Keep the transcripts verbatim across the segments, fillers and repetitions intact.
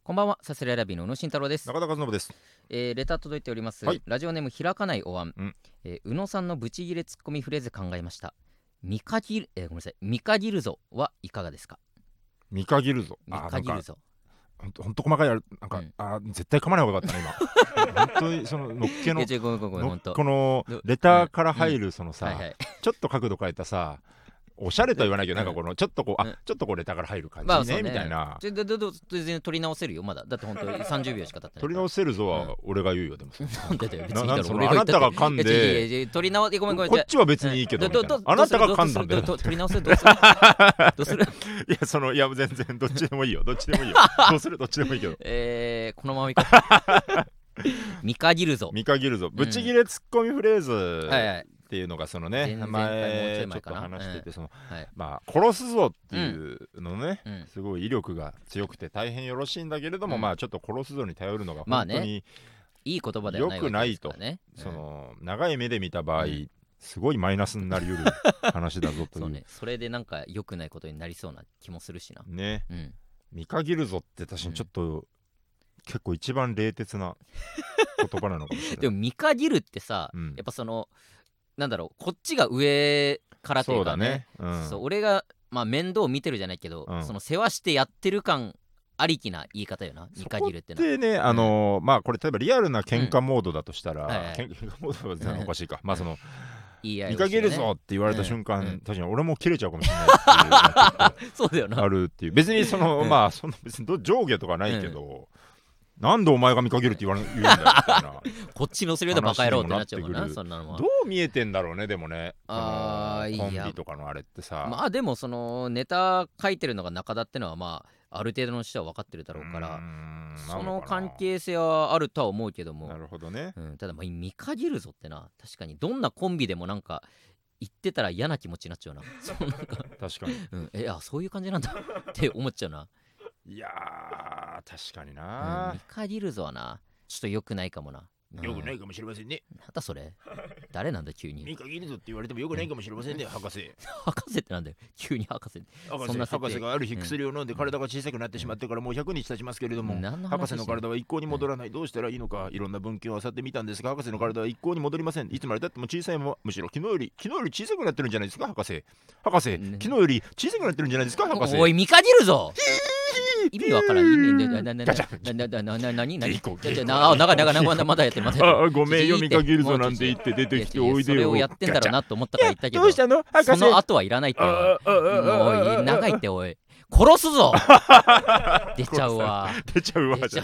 こんばんは、サスレラビの宇野慎太郎です。 中田和信です。 えー、レター届いております、 はい、 ラジオネーム開かないお椀、 うんえー、宇野さんのブチギレツッコミフレーズ考えました。見限る、えー、ごめんなさい見限るぞはいかがですか？ 見限るぞ。 見限るぞ。 ほんとほんと細かいあるなんか、うん、あ絶対噛まない方がよかったね今本当にそののっけのごめんごめんごめん、ほんとこのレターから入るそのさ、 うんはいはい、 ちょっと角度変えたさ、おしゃれとは言わないけど、 うん、 なんかこのちょっとこう、 うん、 あちょっとこうレターから入る感じね、 まあね、 みたいな。 全然全然取り直せるよまだ。だって本当にさんじゅうびょうしか経ってない。 取り直せるぞは俺が言うよ、でもなんでだよ、別にいいだろ。 俺が言ったってあなたが噛んで取り直せ、ごめんごめん、 こっちは別にいいけどみたいな、あなたが噛んだんだよ。 取り直せ、どうするどうするいやそのいや全然どっちでもいいよ、どっちでもいいよどうするどっちでもいいけどえー、このままいこう見限るぞ見限るぞ、ブチギレツッコミフレーズ、 はいはいっていうのがそのね、前ちょっと話してて、そのまあ殺すぞっていうのね、すごい威力が強くて大変よろしいんだけれども、まあちょっと殺すぞに頼るのが本当にいい言葉ではないわけですからね。 その長い目で見た場合すごいマイナスになりうる話だぞというそうね、それでなんか良くないことになりそうな気もするしなね。見限るぞって確かにちょっと結構一番冷徹な言葉なのかもしれない。 でも見限るってさ、やっぱそのなんだろう、こっちが上からというかね、そうだね、うん、そう俺がまあ面倒見てるじゃないけど、うん、その世話してやってる感ありきな言い方よな、見限るってのは。 でね、あのーうん、まあこれ例えばリアルな喧嘩モードだとしたら、うん、はいはい、喧嘩モードはおかしいか、まあその見限るぞって言われた瞬間、うん、確かに俺も切れちゃうかもしれないっていうそうだよな、あるっていう。別にその、うん、まあその別に上下とかないけど、うん、なんでお前が見限るって言われ言うんだよみたいなこっちのせるようなバカ野郎ってなっちゃうもんな、そんなのは。 どう見えてんだろうね、でもね、あーコンビとかのあれってさ。 まあでもそのネタ書いてるのが中田ってのはまあある程度の人は分かってるだろうから、その関係性はあるとは思うけども。 なるほどね、 うん、ただまあ見限るぞってな、確かにどんなコンビでもなんか言ってたら嫌な気持ちになっちゃうなそうなんか確かに、 うん、えあそういう感じなんだって思っちゃうな。 いやー確かにな、 うん、見限るぞはなちょっと良くないかもな。 よくないかもしれませんね。 なんだそれ誰なんだ急に。 見限るぞって言われてもよくないかもしれませんね、博士。 博士ってなんだよ急に博士。 博士博士がある日薬を飲んで体が小さくなってしまってからもうひゃくにち経ちますけれども、博士の体は一向に戻らない。どうしたらいいのかいろんな文献を漁ってみたんですが、博士の体は一向に戻りません。いつまでたっても小さいまま、むしろ昨日より昨日より小さくなってるんじゃないですか博士。博士、昨日より小さくなってるんじゃないですか博士。 おい見限るぞ意味わからん。意味ななななななななになにな長い長い長いまだやってるまだやってる。 ごめんよ見限るぞなんて言って出てきておいでよ。 それをやってんだろうなと思ったから言ったけど、 どうしたの博士。 その後はいらないって。おい長いっておい殺すぞ出ちゃうわ出ちゃうわじゃん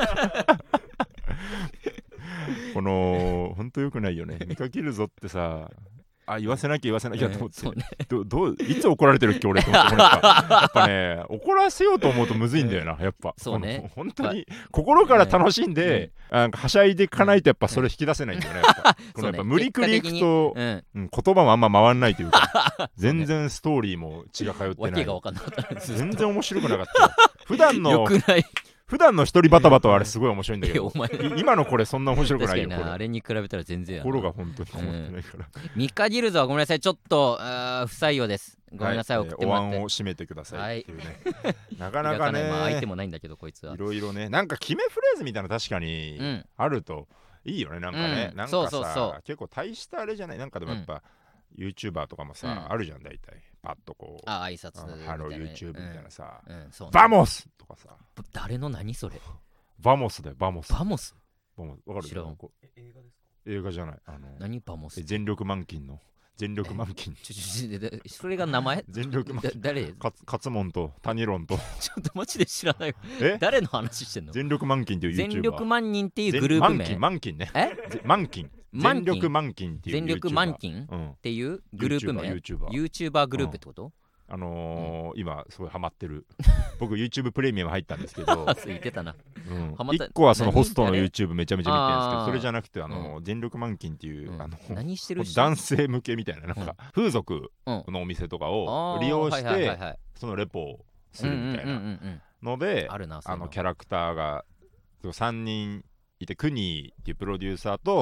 このほんとよくないよね見限るぞってさ。あ言わせなきゃ言わせなきゃと思って、えーね、どどいつ怒られてるっけ俺と思ってやっぱね怒らせようと思うとむずいんだよなやっぱ。 そうね本当に心から楽しんで、うん、なんかはしゃいでいかないとやっぱそれ引き出せないんだよね。やっぱこのやっぱ無理くりいくと、うんうん、言葉もあんま回んないというか全然ストーリーも血が通ってない。 わけが分かんなかった全然面白くなかった普段のよくない普段の一人バタバタはあれすごい面白いんだけど今のこれそんな面白くないよ。 確かになあれに比べたら全然やな。 心が本当に思ってないから、 うん、見限るぞはごめんなさいちょっとあ不採用です。ごめんなさい、はい、送ってもらって。 お椀を締めてくださいっていうね、はい、なかなかね、 まあ、相手もないんだけどこいつはいろいろねなんか決めフレーズみたいな確かにあるといいよね。なんかね、うん、なんかさそうそうそう結構大したあれじゃない。なんかでもやっぱ、うん、YouTuber とかもさ、うん、あるじゃん大体パッとこうあ挨拶みたいな、 ハロー YouTube みたいなさ、 うんうんそうね、 バモスとかさ誰の何それバモスだよバモス。 バモスバモスわかる？ 知らん。 映画ですか？映画じゃない。あの何バモス？ 全力満勤の全力満勤。 ちょちょちょそれが名前？ 全力満勤。 誰？ 勝門と谷論と。 ちょっとマジで知らない。え？誰の話してんの？ 全力満勤っていう YouTuber。 全力満人っていうグループ名。 満勤ね。 え？ 満勤。全力満勤っていう YouTuber。 全力満勤っていうグループ名。YouTuber グループってこと？ あのーうん、今すごいハマってる僕 YouTube プレミアム入ったんですけど言ってたな、 うん、いっこはそのホストの YouTube めちゃめちゃ見てるんですけど、それじゃなくてあのーうん、全力満勤っていう、うん、あの何してる男性向けみたいななんか、うん、風俗のお店とかを利用してそのレポをするみたいなのであのキャラクターがさんにんいて、クニーっていうプロデューサーと、うん、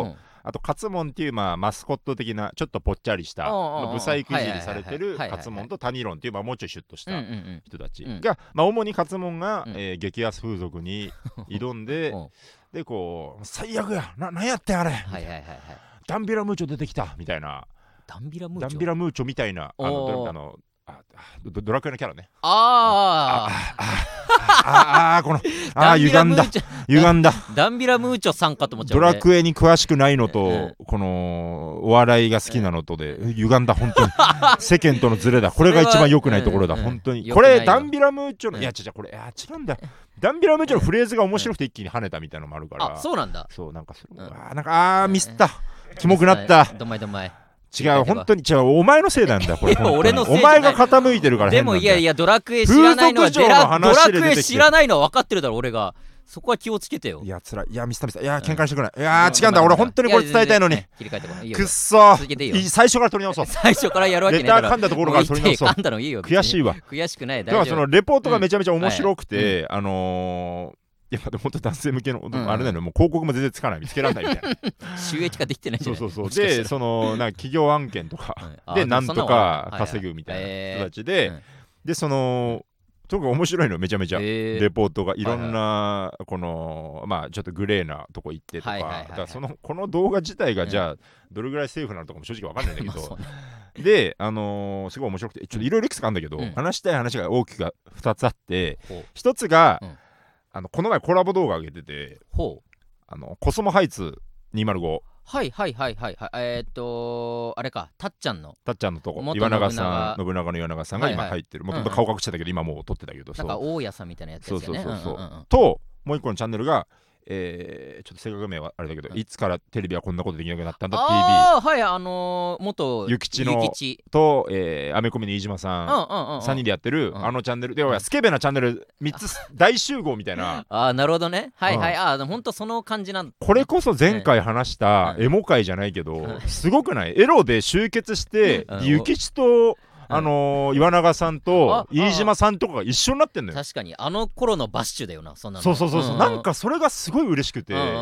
あとカツモンっていうまあマスコット的なちょっとぽっちゃりしたブサイクいじりされてるカツモンとタニロンっていうまあもうちょいシュッとした人たちが、まあ主にカツモンが、うんえー、激安風俗に挑んででこう最悪やな、なんやってんあれ、はいはいはいはい、ダンビラムーチョ出てきたみたいな、 ダンビラムーチョダンビラムーチョみたいなあのあのあド, ドラクエのキャラね。 あああああこのああ歪んだ歪んだダンビラムーチョさんかと思っちゃう、 ね、ドラクエに詳しくないのと、うん、このお笑いが好きなのとで、うん、歪んだ本当に世間とのズレだ。これが一番良くないところだ、うん、本当にこれダンビラムーチョの、うん、いや違うこれいや違うんだダンビラムーチョのフレーズが面白くて一気に跳ねたみたいなのもあるから、 あそうなんだ。 そうなんかそれ、うん、あなんかあーミスったキモくなった。 どんまいどんまい違う本当に違うお前のせいなんだこれ俺のせいお前が傾いてるから変なんだよ。でもいやいやドラクエ知らないのはドラクエ知らないのは分かってるだろ俺が。そこは気をつけてよ。 いやつらいいやミスったミスったいや喧嘩してくれ、うん、いや違うんだ俺本当にこれ伝えたいのに切り替えてこないくっそ最初から取り直そう最初からやるわけねえだろ。 レター噛んだところから取り直そう噛んだのいいよ悔しいわ悔しくないだからそのレポートがめちゃめちゃ面白くて、うん、あのーいやでも本当男性向けの、うん、あれなのもう広告も全然つかない見つけられないみたいな収益化できてないんじゃない。 そうそうそうでそのなんか企業案件とか、うん、でなんとか稼ぐみたいな人たちで、はいはい、でそのとにかく面白いのめちゃめちゃ、えー、レポートがいろんな、はいはい、このまあちょっとグレーなとこ行ってとか、はいはいはいはい、だからそのこの動画自体がじゃあどれぐらいセーフなのとかも正直わかんないんだけど、ね、であのー、すごい面白くてちょっといろいろいくつかあるんだけど、うん、話したい話が大きくふたつあってひとつが、うんあのこの前コラボ動画上げててほうあのコスモハイツにひゃくごはいはいはいはいはいえー、っとあれかたっちゃんのたっちゃんのとこ岩永さん信長の岩永さんが今入ってるもともと顔隠してたけど今もう撮ってたけどなんか大家さんみたいなやつですよね。 そうそうそうそう、うんうんうん、ともう一個のチャンネルがえー、ちょっと正確名はあれだけど、うん、いつからテレビはこんなことできなくなったんだ ティービーああはいあのー、元ゆきちのと、えー、アメコミの飯島さん、うんうんうんうん、さんにんでやってる、うん、あのチャンネルで、うん、スケベなチャンネルみっつ大集合みたいなああなるほどねはいはい、うん、ああほんとその感じなんだ、ね、 これこそ前回話したエモ会じゃないけど、うん、すごくないエロで集結して、うん、ゆきちとあのー、岩永さんと飯島さんとかが一緒になってんのよ。 確かにあの頃のバッシュだよなそんなの。 そうそうそうそう、うんうん、なんかそれがすごい嬉しくて、うんうんうん、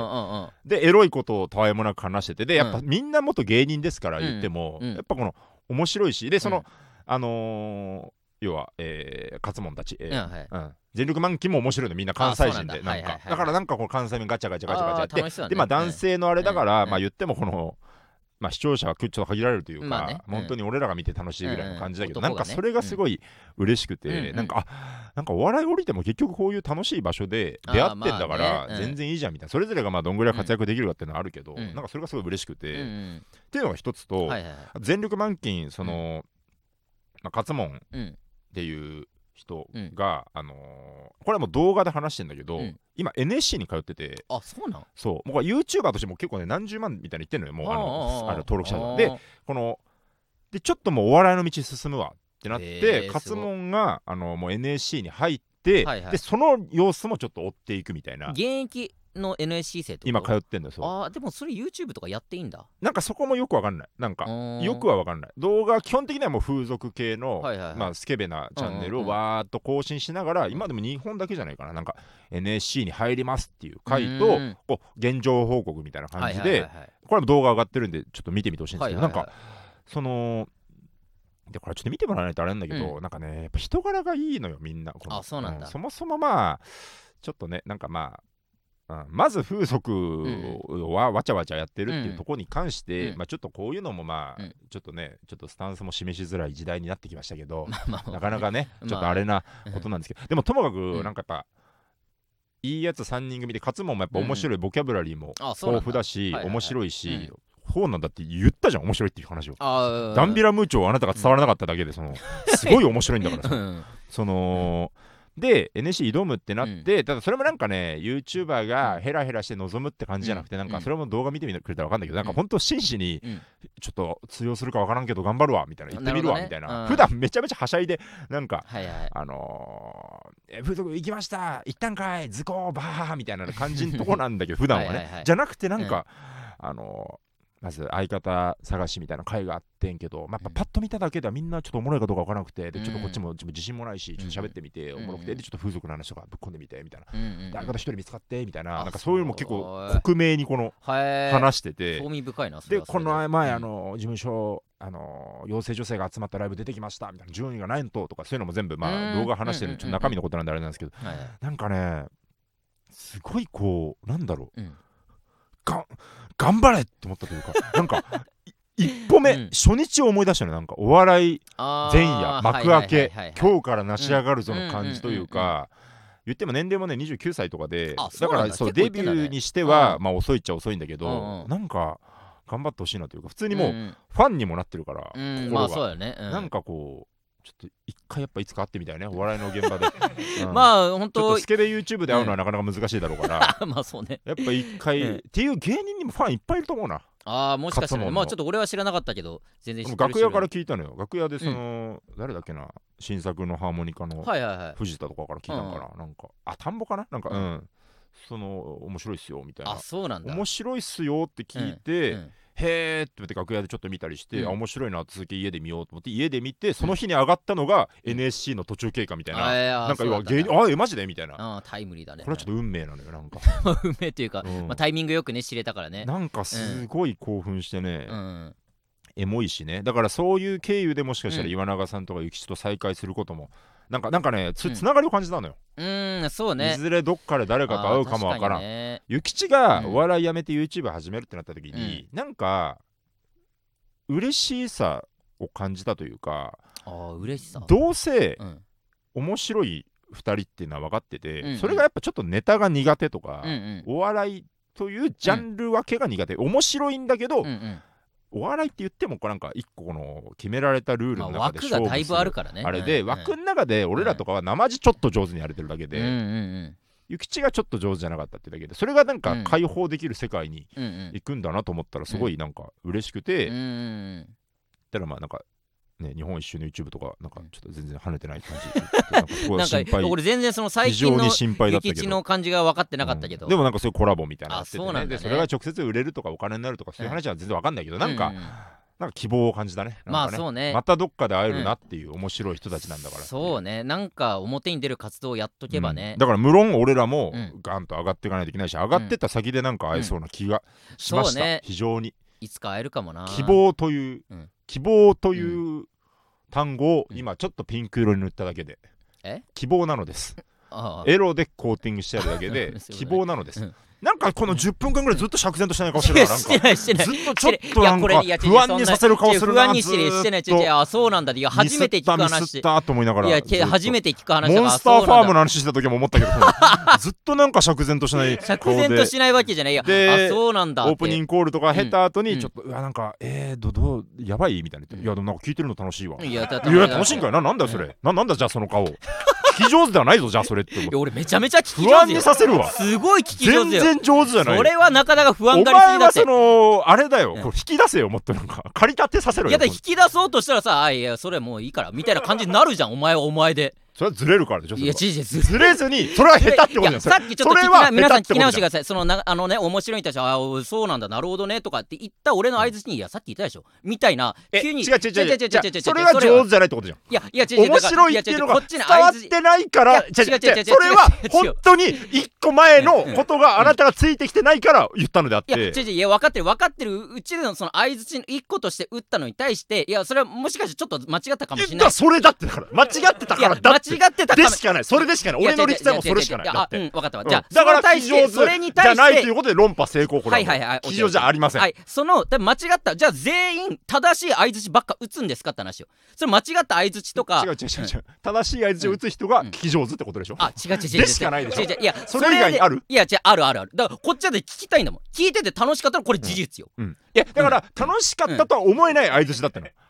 でエロいことをたわいもなく話しててでやっぱみんな元芸人ですから言っても、うんうん、やっぱこの面白いしでその、うん、あのー、要は、えー、勝門たち、えーうんはいうん、全力満期も面白いのみんな関西人でなんか、はいはいはい、だからなんかこの関西弁ガチャガチャガチャガチャやって、ね、でまあ男性のあれだから、うん、まあ言ってもこのまあ、視聴者はちょっと限られるというか、まあねうん、本当に俺らが見て楽しいぐらいの感じだけど、うん、なんかそれがすごい嬉しくて、うん、なんかあなんかお笑い降りても結局こういう楽しい場所で出会ってんだから全然いいじゃんみたいな、それぞれがまあどんぐらい活躍できるかっていうのはあるけど、うん、なんかそれがすごい嬉しくて、うん、っていうのが一つと、はいはいはい、全力満金その、まあ、勝門っていう人が、うん、あのー、これはもう動画で話してんだけど、うん、今 エヌエスシー に通っててあそうなんそうもう YouTuber としても結構ね何十万みたいに言ってんのよもうあのあの登録者数でこのでちょっともうお笑いの道進むわってなって勝門があのもう エヌエスシー に入って、はいはい、でその様子もちょっと追っていくみたいな現役の エヌエスシー 生って今通ってんだよ。そうあでもそれ YouTube とかやっていいんだ。 なんかそこもよくわかんないなんかよくはわかんない動画基本的にはもう風俗系の、はいはいはいまあ、スケベなチャンネルをわーっと更新しながら、うんうんうん、今でもにほんだけじゃないかななんか エヌエスシー に入りますっていう回とこう現状報告みたいな感じで、はいはいはいはい、これも動画上がってるんでちょっと見てみてほしいんですけど、はいはいはい、なんかそのでこれちょっと見てもらわないとあれなんだけど、うん、なんかねやっぱ人柄がいいのよみんなこのあそうなんだ、 うん、そもそもまあちょっとねなんかまあうん、まず風俗はわちゃわちゃやってるっていうところに関して、うんまあ、ちょっとこういうのもまあ、うん、ちょっとねちょっとスタンスも示しづらい時代になってきましたけど、まあ、なかなかねちょっとあれなことなんですけど、まあ、でもともかくなんかやっぱ、うん、いいやつさんにん組で勝もやっぱ面白いボキャブラリーも豊富だし、うん、面白いし、そうなんだって言ったじゃん面白いっていう話をダンビラムーチョをあなたが伝わらなかっただけでそのすごい面白いんだからさ、うん、その、うんで エヌエスシー 挑むってなって、うん、ただそれもなんかね YouTuber がヘラヘラして望むって感じじゃなくて、うん、なんかそれも動画見てみてくれたら分かんないけど、うん、なんか本当真摯に、うん、ちょっと通用するか分からんけど頑張るわみたいな言ってみるわ、ね、みたいな、うん、普段めちゃめちゃはしゃいでなんか、はいはい、あのー、え風俗行きました行ったんかい図工バーみたいな感じのとこなんだけど普段はねはいはい、はい、じゃなくてなんか、うん、あのーまず相方探しみたいな会があってんけど、まあ、やっぱパッと見ただけではみんなちょっとおもろいかどうか分からなくて、でちょっとこっちも自信もないし、ちょっと喋ってみて、おもろくて、でちょっと風俗の話とかぶっ込んでみてみたいな、で相方一人見つかってみたいな、なんかそういうのも結構克明にこの話してて、 興味深いな。 でこの前あの事務所あの養成女性が集まったライブ出てきましたみたいな、順位がないのととかそういうのも全部まあ動画話してる、ちょっと中身のことなんであれなんですけど、なんかねすごいこうなんだろう、が頑張れって思ったというか、なんか一歩目、うん、初日を思い出したの、なんかお笑い前夜幕開け、今日から成し上がるぞの感じというか、言っても年齢もねにじゅうきゅうさいとかで、だからそうデビューにしては、まあ遅いっちゃ遅いんだけど、なんか頑張ってほしいなというか、普通にもうファンにもなってるから、心がなんかこうちょっと一回やっぱいつか会ってみたいね、お笑いの現場で、 うん、まあ本当ちょっとスケベ YouTube で会うのはなかなか難しいだろうから、 うん、まあそうね、 やっぱ一回、うん、っていう芸人にもファンいっぱいいると思うな。 ああもしかしたら、まあちょっと俺は知らなかったけど全然知ってる。 楽屋から聞いたのよ。楽屋でその、うん、誰だっけな、新作のハーモニカの藤田とかから聞いたのかな、はいはいはい、なんかあ田んぼかな、なんか、うん、うん、その面白いっすよみたいな、 あそうなんだ、 面白いっすよって聞いて、うんうん、へーって言って楽屋でちょっと見たりして、うん、あ面白いなって続き家で見ようと思って家で見て、その日に上がったのが エヌエスシー の途中経過みたいな、うん、なんか要は芸人あえマジでみたいな、 あタイムリーだね。 これはちょっと運命なのよ、なんか運命というか、うんまあ、タイミングよくね知れたからね、 なんかすごい興奮してね、うん、エモいしね、だからそういう経由でもしかしたら岩永さんとか諭吉と再会することもなんかなんかね つ, つながりを感じたのよ。 うん、うんそうね。 いずれどっかで誰かと会うかもわからん。諭吉がお笑いやめて YouTube 始めるってなった時に、うん、なんか嬉しさを感じたというか、 あ嬉しさどうせ、うん、面白いふたりっていうのは分かってて、うんうん、それがやっぱちょっとネタが苦手とか、うんうん、お笑いというジャンル分けが苦手、うん、面白いんだけど、うんうんお笑いって言ってもこうなんか一個この決められたルールの中で勝負する、 まあ、枠がだいぶあるからね、 あれで、うん、枠の中で俺らとかは生地ちょっと上手にやれてるだけで、うんうんうん諭吉がちょっと上手じゃなかったってだけで、それがなんか解放できる世界に行くんだなと思ったらすごいなんか嬉しくて、うんうん、ただまあなんかね日本一周の YouTube とかなんかちょっと全然跳ねてない感じなんか心配俺全然その最近の諭吉の感じが分かってなかったけど、 うん、でもなんかそういうコラボみたいなのやってて、ね、そうなんだね、でそれが直接売れるとかお金になるとかそういう話は全然分かんないけど、うん、なんか、うんなんか希望を感じた ね, ねまあそうね、 またどっかで会えるなっていう面白い人たちなんだから、うん、 そうね、なんか表に出る活動をやっとけばね、 うん、だから無論俺らもガンと上がっていかないといけないし、上がってった先でなんか会えそうな気がしました、うんね、非常にいつか会えるかもな。 希望という、うん、希望という単語を今ちょっとピンク色に塗っただけで、 え希望なのですああエロでコーティングしてあるだけで希望なのです、うんなんかこのじゅっぷんかんぐらいずっと釈然としてない顔してるから、なんかしてないしてないずっとちょっとなんか不安にさせる顔するな。 不安にしてしてない違うあそうなんだいや初めて聞く話ミスったと思いながら、 いや初めて聞く話だモンスターファームの話した時も思ったけどずっとなんか釈然としない釈然としないわけじゃないやあそうなんだオープニングコールとか経た後にちょっとうわなんかえーどどうやばいみたいな、いやでもなんか聞いてるの楽しいわ、いや楽しいんかいな、なんだよそれ、なんだじゃあその顔聞き上手ではないぞじゃあそれって思って、 俺めちゃめちゃ聞き上手不安にさせるわ、 すごい聞き上手よ、 全然上手じゃない、 それはなかなか不安がりすぎだって。 お前はそのあれだよ、うん、これ引き出せよもっとなんか駆り立てさせろよ。 いやだ引き出そうとしたらさあいやそれもういいからみたいな感じになるじゃんお前はお前で。 それはずれるからでしょ。いや違う違うずれずにそれは下手ってことじゃん。 さっきちょっと聞きな皆さん聞き直してください。そのなあのね面白い人たちはあそうなんだなるほどねとかって言った俺の相槌にいやさっき言ったでしょみたいな急に違う違う違う違う違う違うそれは上手じゃないってことじゃん。 いやいや違う違う面白いっていうのが伝わってないから違う違う違うそれは本当に一個前のことがあなたがついてきてないから言ったのであって。 いや違う違ういや分かってる分かってるうちでのその相槌の一個として打ったのに対していやそれはもしかしてちょっと間違ったかもしれない。 それだってだから間違ってたからだって間違ってたかもしかないそれでしかない俺の力点もそれしかないだって。 うん分かったわじゃあだから対してそれに対してじゃないということで論破成功これはいはいはい基準じゃありません。 はいその間違ったじゃあ全員正しい相槌ばっか打つんですかって話よ。それ間違った相槌とか違う違う違う違う正しい相槌を打つ人が聞き上手ってことでしょ。 あ違う違う違うでしかないでしょ。 いやそれ以外にあるいや違うあるあるあるだからこっちで聞きたいんだもん聞いてて楽しかったらこれ事実よ。 いやだから楽しかったとは思えない相槌だったの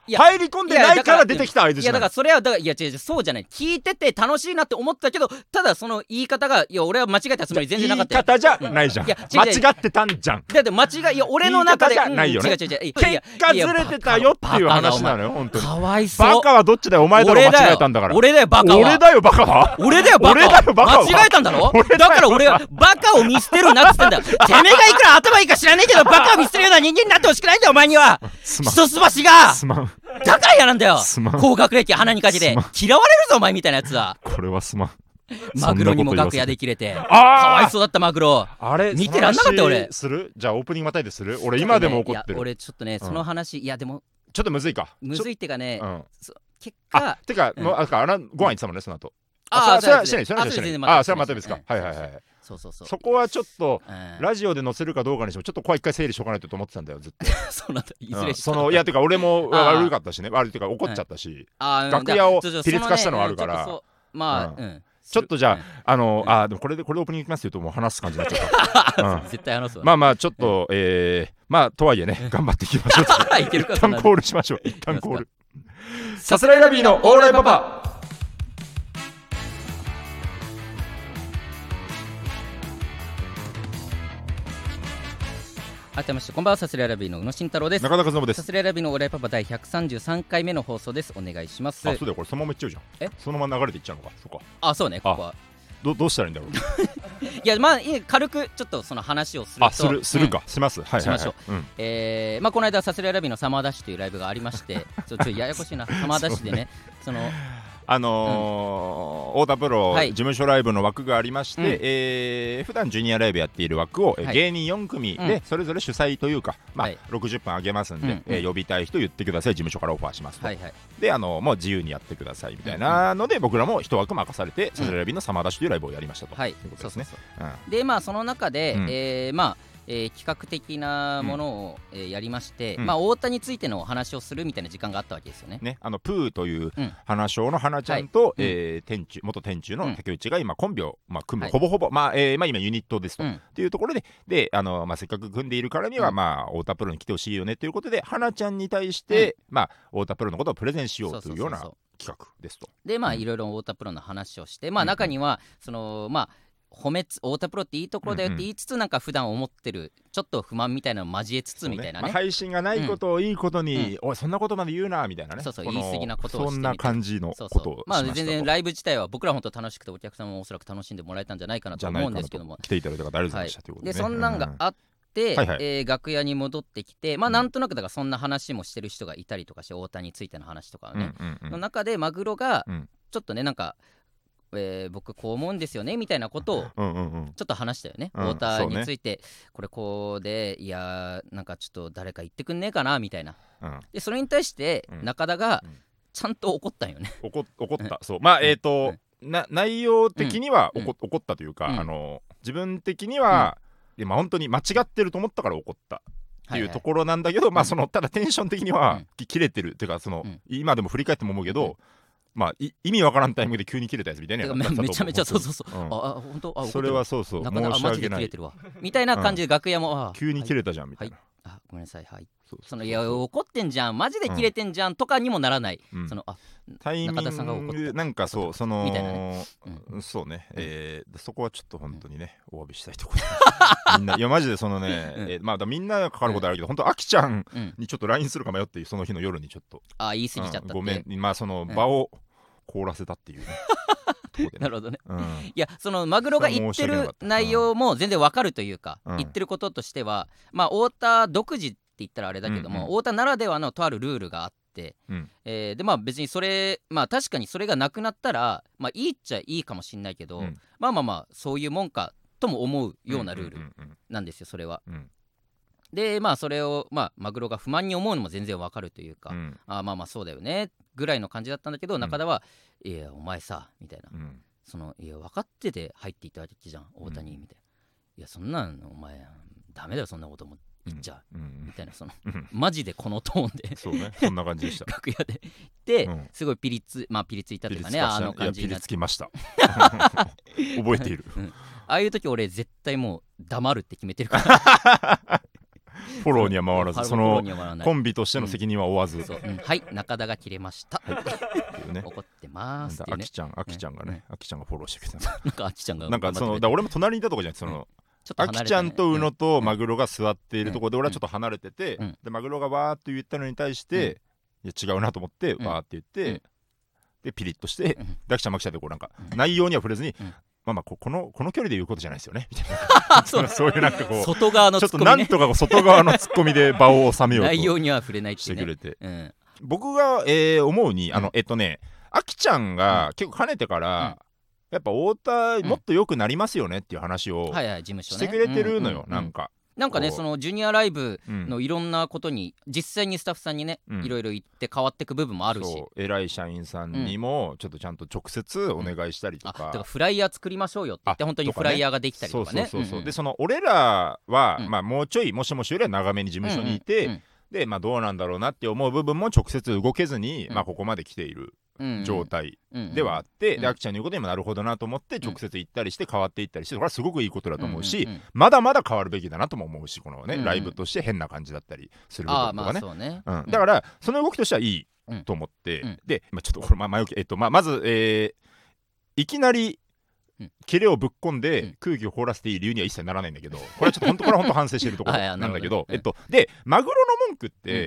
入り込んでないから出てきた相槌。 いやだからそれはだからいや違う違うそうじゃない。聞いてて楽しいなって思ったけど、ただその言い方がいや俺は間違えたつもり全然なかったよ。 言い方じゃないじゃん。いや間違ってたんじゃん。 だって間違いいや俺の中で言い方じゃないよね。 違う違う違う。 結果ずれてたよっていう話なのよ本当に。 かわいそう。 バカはどっちだよお前だろ間違えたんだから。 俺だよバカは。 俺だよバカは。 俺だよバカは。 俺だよバカは。 間違えたんだろ。だから俺はバカを見捨てるなっつってんだ。てめえがいくら頭いいか知らねえけどバカを見捨てるような人間になってほしくないんだよお前には。一橋が。 すまん。 だから嫌なんだよ。高学歴鼻にかけて嫌われるぞお前みたいなやつは。 これはすまん。 マグロにも楽屋で切れてかわいそうだったマグロ。 あれ見てらんなかった俺。 するじゃあオープニングまたいでする。俺今でも怒ってる。 俺ちょっとねその話いやでもちょっとむずいか。 むずいってかね結果てかもうあらご飯行ってたもんねその後。 ああそれはしないそれはしない。ああそれはまたですか。はいはいはい。 そうそうそう。 そこはちょっとラジオで載せるかどうかにしてもちょっとここは一回整理しとかないとと思ってたんだよずっと。 そうなんだ。いずれそのいやてか俺も悪かったしね悪いてか怒っちゃったし楽屋をピリつかしたのはあるから。 まあうんちょっとじゃああのあでもこれでこれオープニングいきますよともう話す感じになっちゃった。 絶対話すわ。 まあまあちょっとえまあとはいえね頑張っていきましょう。 いけるか。 一旦コールしましょう。一旦コール。さすらいラビーのオーライパパ。 改めましてこんばんは。さすらいラビーの宇野慎太郎です。 中田和信です。 さすらいラビーのオーライパパ第ひゃくさんじゅうさんかいめの放送です。お願いします。 あそうだよこれそのままいっちゃうじゃん。えそのまま流れていっちゃうのか。そうか。 あそうねここはどどうしたらいいんだろう。 いやまあ軽くちょっとその話をするとあするするか、うん、しますはいはい、はい、しましょう、うん、 えー、まあこの間さすらいラビーのサマーダッシュというライブがありましてちょっとややこしいなサマーダッシュでねそのあのーうん、太田プロ、はい、事務所ライブの枠がありまして、うんえー、普段ジュニアライブやっている枠を、はい、芸人よんくみでそれぞれ主催というか、うんまあはい、ろくじゅっぷんあげますんで、うんえー、呼びたい人言ってください事務所からオファーしますと、はいはい、であのもう自由にやってくださいみたいなので、うん、僕らも一枠任されてさすらいラビーのサマーダッシュというライブをやりましたと、はい、いうことですね。 でまあその中で、うんえー、まあえー、企画的なものを、うんえー、やりまして、うんまあ、太田についてのお話をするみたいな時間があったわけですよね。 ねあのプーという花椒の花ちゃんと、はいえー、店中元店中の竹内が今コンビを、まあ、組む、はい、ほぼほぼ、まあえーまあ、今ユニットですと、うん、っていうところでであの、まあ、せっかく組んでいるからには、うんまあ、太田プロに来てほしいよねということで花ちゃんに対して、うんまあ、太田プロのことをプレゼンしようというような企画ですと。 でまあいろいろ太田プロの話をして、まあ、中には、うん、そのまあ褒めつ太田プロっていいところだよって言いつつ、うんうん、なんか普段思ってるちょっと不満みたいなのを交えつつみたいなね、まあ、 配信がないことをいいことに、うん、おいそんなことまで言うなみたいなねそうそう言い過ぎなことをしてみたいなそんな感じのことをしましたと。 まあ全然ライブ自体は僕ら本当楽しくてお客さんもおそらく楽しんでもらえたんじゃないかなと思うんですけども来ていただいた方ありがとうございました、はい、ということで、ね、 でそんなんがあって、うんはいはいえー、楽屋に戻ってきてまあなんとなくだからそんな話もしてる人がいたりとかして太田についての話とかね、うんうんうん、の中でマグロがちょっとねなんかえー、僕こう思うんですよねみたいなことをちょっと話したよね、うんうん、太田について、ね、これこうでいやなんかちょっと誰か言ってくんねえかなみたいな、うん、でそれに対して中田がちゃんと怒ったんよね、 うん、怒, 怒ったそうまあえっ、ー、と、うん、な内容的には、うん、怒ったというか、うん、あの自分的には、うん、まあ本当に間違ってると思ったから怒ったっていうところなんだけど、はいはい、まあそのただテンション的には、うん、切れてるっていうかその、うん、今でも振り返っても思うけど、うんまあ、意味わからんタイミングで急に切れたやつみたいなめちゃめちゃそうそうそう、うん、あ本当あそれはそうそう申し訳ないみたいな感じで楽屋も、うん、 あ急に切れたじゃんみたいな、 はいはい、あごめんなさいはいそのいや怒ってんじゃんマジで切れてんじゃん、うん、とかにもならない、うん、そのあタイミングなんかそうそのみたいなね、うん、そうね、うんえー、そこはちょっと本当にね、うん、お詫びしたいところみんないやマジでそのね、うんえー、まあだみんながかかることあるけど、うん、本当あきちゃんにちょっと ライン するか迷ってその日の夜にちょっとあ言い過ぎちゃったって、うん、 ごめんまあその場を、うん凍らせたっていうねなるほどね、うん、いやそのマグロが言ってる内容も全然わかるというか、うん、言ってることとしてはまあ太田独自って言ったらあれだけども、うんうん、太田ならではのとあるルールがあって、うんえー、でまあ別にそれまあ確かにそれがなくなったらまあいいっちゃいいかもしんないけど、うん、まあまあまあそういうもんかとも思うようなルールなんですよそれは、うんでまあそれを、まあ、マグロが不満に思うのも全然わかるというか、うん、あまあまあそうだよねぐらいの感じだったんだけど、うん、中田は「いやお前さ」みたいな、うん、そのいや分かってて入っていったわけじゃん大谷、うん、みたいな「いやそんなんお前ダメだよそんなことも言っちゃう」うん、みたいなその、うん、マジでこのトーンでそうねそんな感じでした楽屋でで、うん、すごいピリつまあピリついたというかねあの感じになってピリつきました覚えている、 うん、ああいう時俺絶対もう黙るって決めてるからフォローには回らず、そのコンビとしての責任は負わず、 うんうん、はい中田が切れました、はいっていうね、怒ってますっていうね、 あきちゃんあきちゃんがね、あきちゃんがフォローしてくれたなんかあきちゃんがなんかそのだ俺も隣にいたとこじゃない、そのあきちゃんと宇野とマグロが座っているところで俺はちょっと離れてて、でマグロがわーっと言ったのに対して、いや違うなと思ってわーって言って、でピリッとして、であきちゃんまきちゃんでこうなんか内容には触れずに、まあまあこのこの距離で言うことじゃないですよねみたいなそうそういうなんかこう外側のツッコミ、ね、ちょっとなんとか外側のツッコミで場を収めようと内容には触れないってしてくれて、うん、僕が、えー、思うにあの、うん、えっとねあきちゃんが結構かねてから、うん、やっぱ太田もっと良くなりますよねっていう話をしてくれてるのよ、なんか。 なんかねそのジュニアライブのいろんなことに実際にスタッフさんにね、うん、いろいろ言って変わっていく部分もあるし、そう偉い社員さんにもちょっとちゃんと直接お願いしたりとか、うん、あだからフライヤー作りましょうよって言って本当にフライヤーができたりとかね、 そうそうそうそう、うんうん、でその俺らは、うん、まあもうちょいもしもしよりは長めに事務所にいて、うんうんうん、でまあどうなんだろうなって思う部分も直接動けずに、うん、まあここまで来ている状態ではあって、うんうん、であきちゃんの言うことにもなるほどなと思って直接行ったりして変わっていったりして、これはすごくいいことだと思うし、うんうんうん、まだまだ変わるべきだなとも思うし、このね、うんうん、ライブとして変な感じだったりする部分とかね、まあね、うん、だからその動きとしてはいいと思って、うん、で、まあ、ちょっとこれ、まあ、前置き、えっとまあ、まず、えー、いきなりキレをぶっ込んで空気を凍らせていい理由には一切ならないんだけど、これはちょっと本当これは本当反省してるところなんだけど、えっとでマグロの文句って、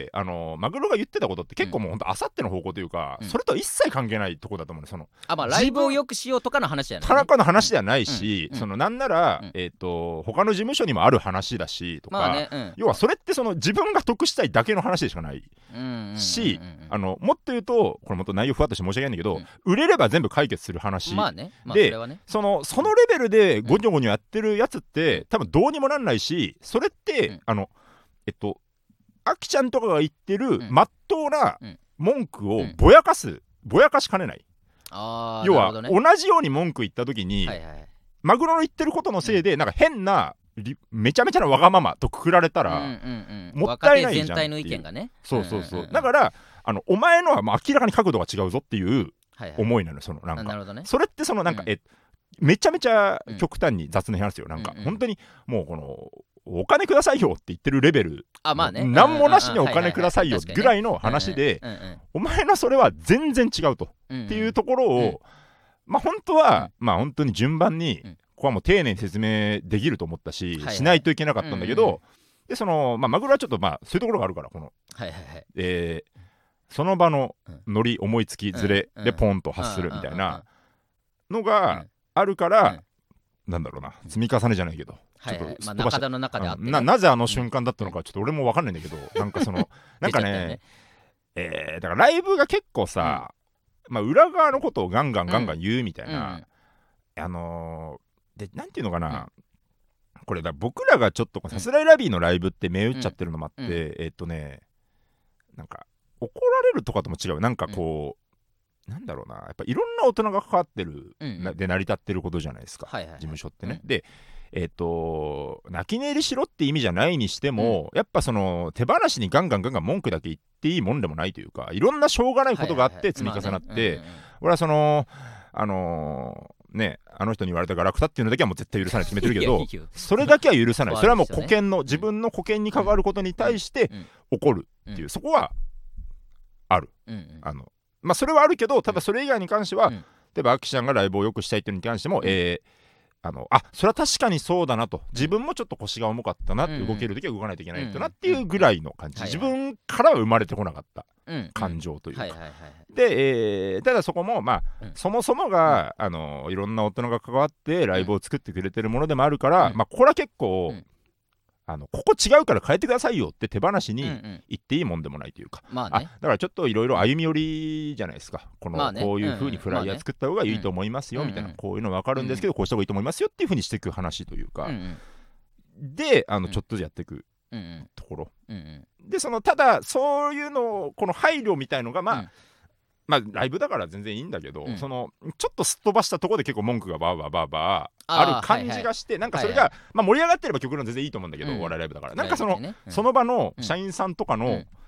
うん、あのマグロが言ってたことって結構もう本当あさっての方向というか、うん、それとは一切関係ないところだと思うね。そのあ、まあ、ライブをよくしようとかの話じゃない、ね、 田中の話ではないし、うん、そのなんなら、うん、えっと他の事務所にもある話だしとか、まあね、うん、要はそれってその自分が得したいだけの話でしかないし、あのもっと言うとこれもっと内容ふわっとして申し訳ないんだけど、うん、売れれば全部解決する話、 まあねまあ、 で、 それはね、 そのそのレベルでゴニョゴニョやってるやつって、うん、多分どうにもなんないし、それって、うん、あのえっとあきちゃんとかが言ってるまっとうな文句をぼやかす、うん、ぼやかしかねない。あ要は、ね、同じように文句言った時に、はいはい、マグロの言ってることのせいで、うん、なんか変なめちゃめちゃなわがままとくくられたら、うんうんうん、もったいないじゃんっていう。 全体の意見がね。 そうそうそう、うんうんうん、だからあのお前のはもう明らかに角度が違うぞっていう思いなのよ、そのなんかなるほど、ね、それってそのなんか、うん、えめちゃめちゃ極端に雑な話ですよ、うん、なんか、うんうん、本当にもうこのお金くださいよって言ってるレベル、あ、まあね、何もなしにお金くださいよぐらいの話で、お前のそれは全然違うと、うんうん、っていうところを、うん、まあ本当は、うん、まあ本当に順番に、うん、ここはもう丁寧に説明できると思ったし、はいはい、しないといけなかったんだけど、うんうん、でその、まあ、マグロはちょっとまあそういうところがあるからこの、はいはいはい、えー、その場のノリ思いつきずれでポンと発するみたいなのがあるから、うん、なんだろうな、積み重ねじゃないけど、ちょっと、はいはい、まあ、中田の中であって、ね、な, なぜあの瞬間だったのかちょっと俺も分かんないんだけど、うん、なんかそのなんかねね、えー、だからライブが結構さ、うん、まあ、裏側のことをガンガンガンガン言うみたいな、うん、あのー、でなんていうのかな、うん、これだ僕らがちょっとさすらいラビーのライブって目打っちゃってるのもあって、うんうん、えー、っとねなんか怒られるとかとも違う、なんかこう、うん、なんだろうな、やっぱいろんな大人が関わってる、うんうん、で成り立ってることじゃないですか、はいはいはい、事務所ってね、うん、でえっ、ー、と泣き寝入りしろって意味じゃないにしても、うん、やっぱその手放しにガンガンガンガン文句だけ言っていいもんでもないというか、いろんなしょうがないことがあって積み重なって、俺はそのあのー、ねあの人に言われたガラクタっていうのだけはもう絶対許さないって決めてるけどそれだけは許さない、それはもう保険の、自分の保険に関わることに対して怒るっていう、そこはある、うんうん、あのまあそれはあるけど、ただそれ以外に関しては、うん、例えばアキちゃんがライブを良くしたいっていうのに関しても、うん、えーあのあそれは確かにそうだなと、自分もちょっと腰が重かったなって、うん、動けるときは動かないといけないとなっていうぐらいの感じ、うん、自分からは生まれてこなかった感情というか、で、えー、ただそこもまあ、うん、そもそもが、うん、あのいろんな大人が関わってライブを作ってくれてるものでもあるから、うん、まあこれは結構、うん、あのここ違うから変えてくださいよって手放しに言っていいもんでもないというか、うんうん、まあね、あだからちょっといろいろ歩み寄りじゃないですか、この、まあね、こういう風にフライヤー作った方がいいと思いますよみたいな、うん、こういうの分かるんですけど、うん、こうした方がいいと思いますよっていう風にしていく話というか、うんうん、であのちょっとずつやっていくところ、うんうん、でそのただそういうのこの配慮みたいのがまあ、うんまあ、ライブだから全然いいんだけど、うん、そのちょっとすっ飛ばしたところで結構文句がバーバーバーバーある感じがして、はいはい、なんかそれが、はいはい、まあ、盛り上がってれば極論全然いいと思うんだけど、うん、お笑いライブだからなんかその、ねうん、その場の社員さんとかの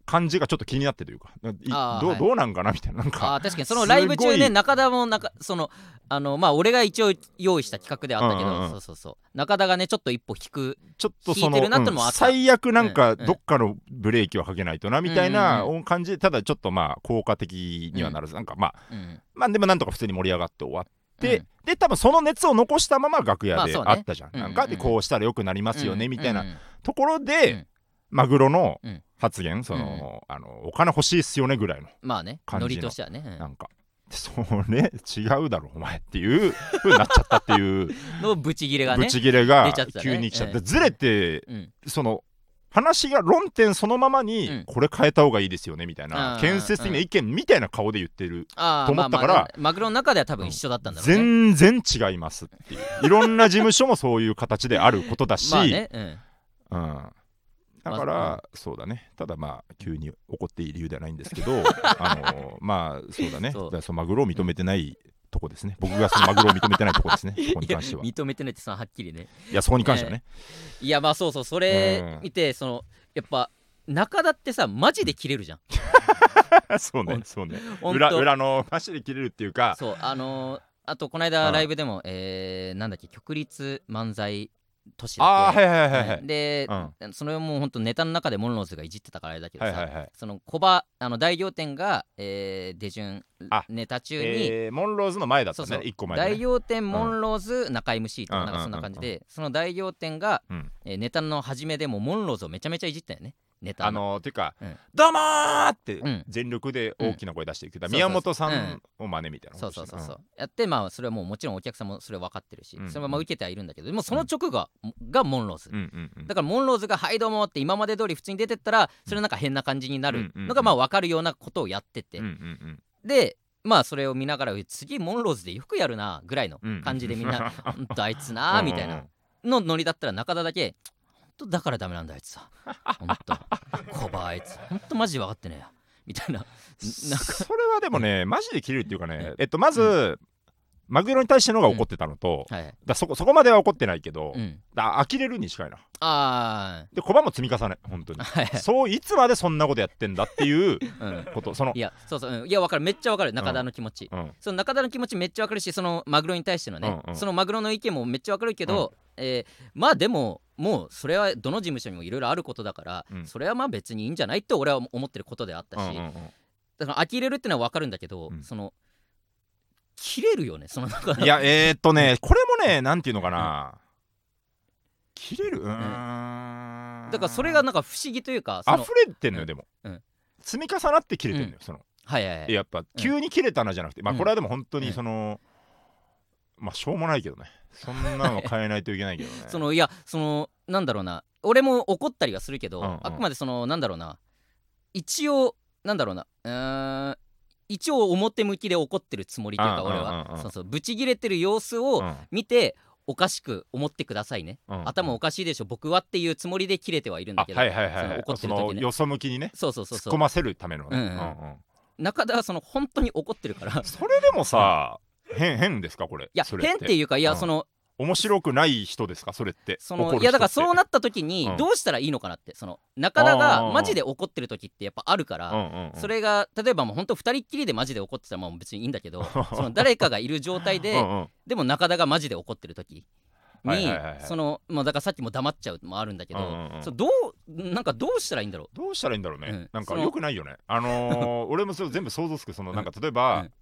感じがちょっと気になってというかどう、はい、どうなんかなみたいな、なんかあ確かにそのライブ中ね中田もなんかそのあのまあ俺が一応用意した企画であったけど、うんうんうん、そうそうそう中田がねちょっと一歩引くちょっとその引いてるなってのもあった、 うん、最悪なんかどっかのブレーキはかけないとなみたいな感じで、ただちょっとまあ効果的にはならず、うん、なんかまあ、うん、まあでもなんとか普通に盛り上がって終わって、うん、で多分その熱を残したまま楽屋であったじゃん、まあね、なんかでこうしたらよくなりますよね、うん、みたいなところで、うん、マグロの発言その、うん、あのお金欲しいっすよねぐらいの感じの、まあね、ノリとしてはね、うん、なんかそれ違うだろお前っていう風になっちゃったっていうのブチギレがねブチギレが急に来ちゃって、ね、ずれて、うん、その話が論点そのままに、うん、これ変えた方がいいですよねみたいな建設的な意見みたいな顔で言ってると思ったから、まあまあ、 マグロの中では多分一緒だったんだろうね、 全然違いますっていういろんな事務所もそういう形であることだしまあね、うん、うんだから、まあ、そうだねただまあ急に怒っていい理由ではないんですけどあのまあそうだねそうだそのマグロを認めてないとこですね、僕がそのマグロを認めてないとこですねそこに関しては認めてないってそのはっきりねいやそこに関してはね、 えー、いやまあそうそうそれ見て、うん、そのやっぱ中田ってさマジで切れるじゃんそうねそうね 裏, 裏のマジで切れるっていうかそうあのー、あとこの間ライブでも、うん、えー、なんだっけ極立漫才都市だっけあーはいはいはいはい、 うん、で、うん、それはもうほんとネタの中でモンローズがいじってたからあれだけどさ、 はいはいはい、 その小場あの大仰天が、えー、出順ネタ中に、 えー、モンローズの前だったねそうそういっこまえ、ね、 大仰天モンローズ、うん、中 エムシー とかなんかそんな感じで、うんうんうんうん、その大仰天が、うんえー、ネタの初めでもモンローズをめちゃめちゃいじったよねネタのあのー、ていうか、うん、どうもーって全力で大きな声出していく、うん、宮本さんを真似みたいな、 そうそうそうそう、うん、やってまあそれはもうもちろんお客さんもそれは分かってるし、うん、それはまあ受けてはいるんだけどでもその直後、うん、がモンローズ、うんうんうん、だからモンローズがはいどうもって今まで通り普通に出てったらそれなんか変な感じになるのがまあ分かるようなことをやってて、うんうんうん、でまあそれを見ながら次モンローズでよくやるなぐらいの感じでみんなほんとあいつなみたいなのノリだったら中田だけほんとだからダメなんだあいつさほんとコバあいつほんとマジで分かってねえよみたいななんかそれはでもねマジで切れるっていうかねえっとまず、うんマグロに対してのが怒ってたのと、うんはい、だ そ, こそこまでは怒ってないけど、うん、だ呆れるに近いなあで小判も積み重ね本当に、はい、そういつまでそんなことやってんだっていうこと、うん、そのいやそうそう、うん、いや分かるめっちゃ分かる中田の気持ち、うん、その中田の気持ちめっちゃ分かるしそのマグロに対してのね、うんうん、そのマグロの意見もめっちゃ分かるけど、うんえー、まあでももうそれはどの事務所にもいろいろあることだから、うん、それはまあ別にいいんじゃないって俺は思ってることであったし、うんうんうん、だから呆れるってのは分かるんだけど、うん、その切れるよねその中いやえー、っとねこれもねなんていうのかな、うん、切れるうーん、 うん、だからそれがなんか不思議というか溢れてんのよ、うん、でも、うん、積み重なって切れてんのよ、うん、そのはいはいはいやっぱ急に切れたなじゃなくて、うん、まあこれはでも本当にその、うん、まあしょうもないけどねそんなの変えないといけないけどねそのいやそのなんだろうな俺も怒ったりはするけど、うんうん、あくまでそのなんだろうな一応なんだろうなうーん一応表向きで怒ってるつもりというか俺はそうそうブチギレてる様子を見ておかしく思ってくださいね、うん、頭おかしいでしょ僕はっていうつもりで切れてはいるんだけど、はいはいはい、その怒ってる時ねよそ向きにねそうそうそうそう突っ込ませるためのね、うんうんうんうん、 中田はその本当に怒ってるからそれでもさ、うん、変変ですかこれいや変っていうかいや、うん、その面白くない人ですかそれってそのいやだからそうなった時にどうしたらいいのかなって、うん、その中田がマジで怒ってる時ってやっぱあるから、うんうんうん、それが例えばもうほんとふたりっきりでマジで怒ってたらもう別にいいんだけどその誰かがいる状態でうん、うん、でも中田がマジで怒ってる時に、はいはいはいはい、そのまあだからさっきも黙っちゃうもあるんだけど、うんうんうん、そどうなんかどうしたらいいんだろうどうしたらいいんだろうね、うん、なんかよくないよねあのー、俺もそれ全部想像つくそのなんか例えば、うん、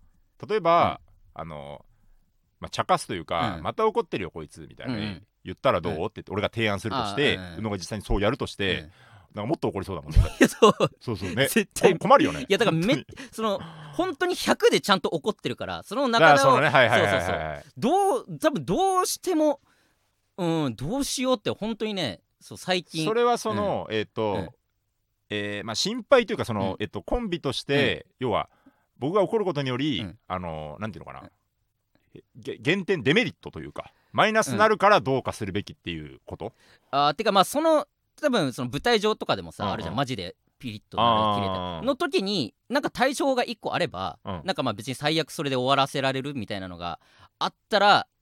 例えば、うん、あのーまあ、茶化すというか、うん、また怒ってるよこいつみたいな、ねうん、言ったらどう、うん、って俺が提案するとして、うん、宇野が実際にそうやるとして、うん、なんかもっと怒りそうだもんねそうそうそうね絶対困るよねいやだからめその本当にひゃくでちゃんと怒ってるからその中田をどう多分どうしてもうんどうしようって本当にねそう最近それはその、うん、えっ、ー、と、うんえーまあ、心配というかその、うんえっと、コンビとして、うん、要は僕が怒ることにより、うん、あのなんていうのかな、うん減点デメリットというかマイナスになるからどうかするべきっていうこと、うん、 あてかまあその多分その舞台上とかでもさ、うんうん、あるじゃんマジでピリッとなる切れたの時になんか対象がいっこあれば、うん、なんかまあ別に最悪それで終わらせられるみたいなのがあったら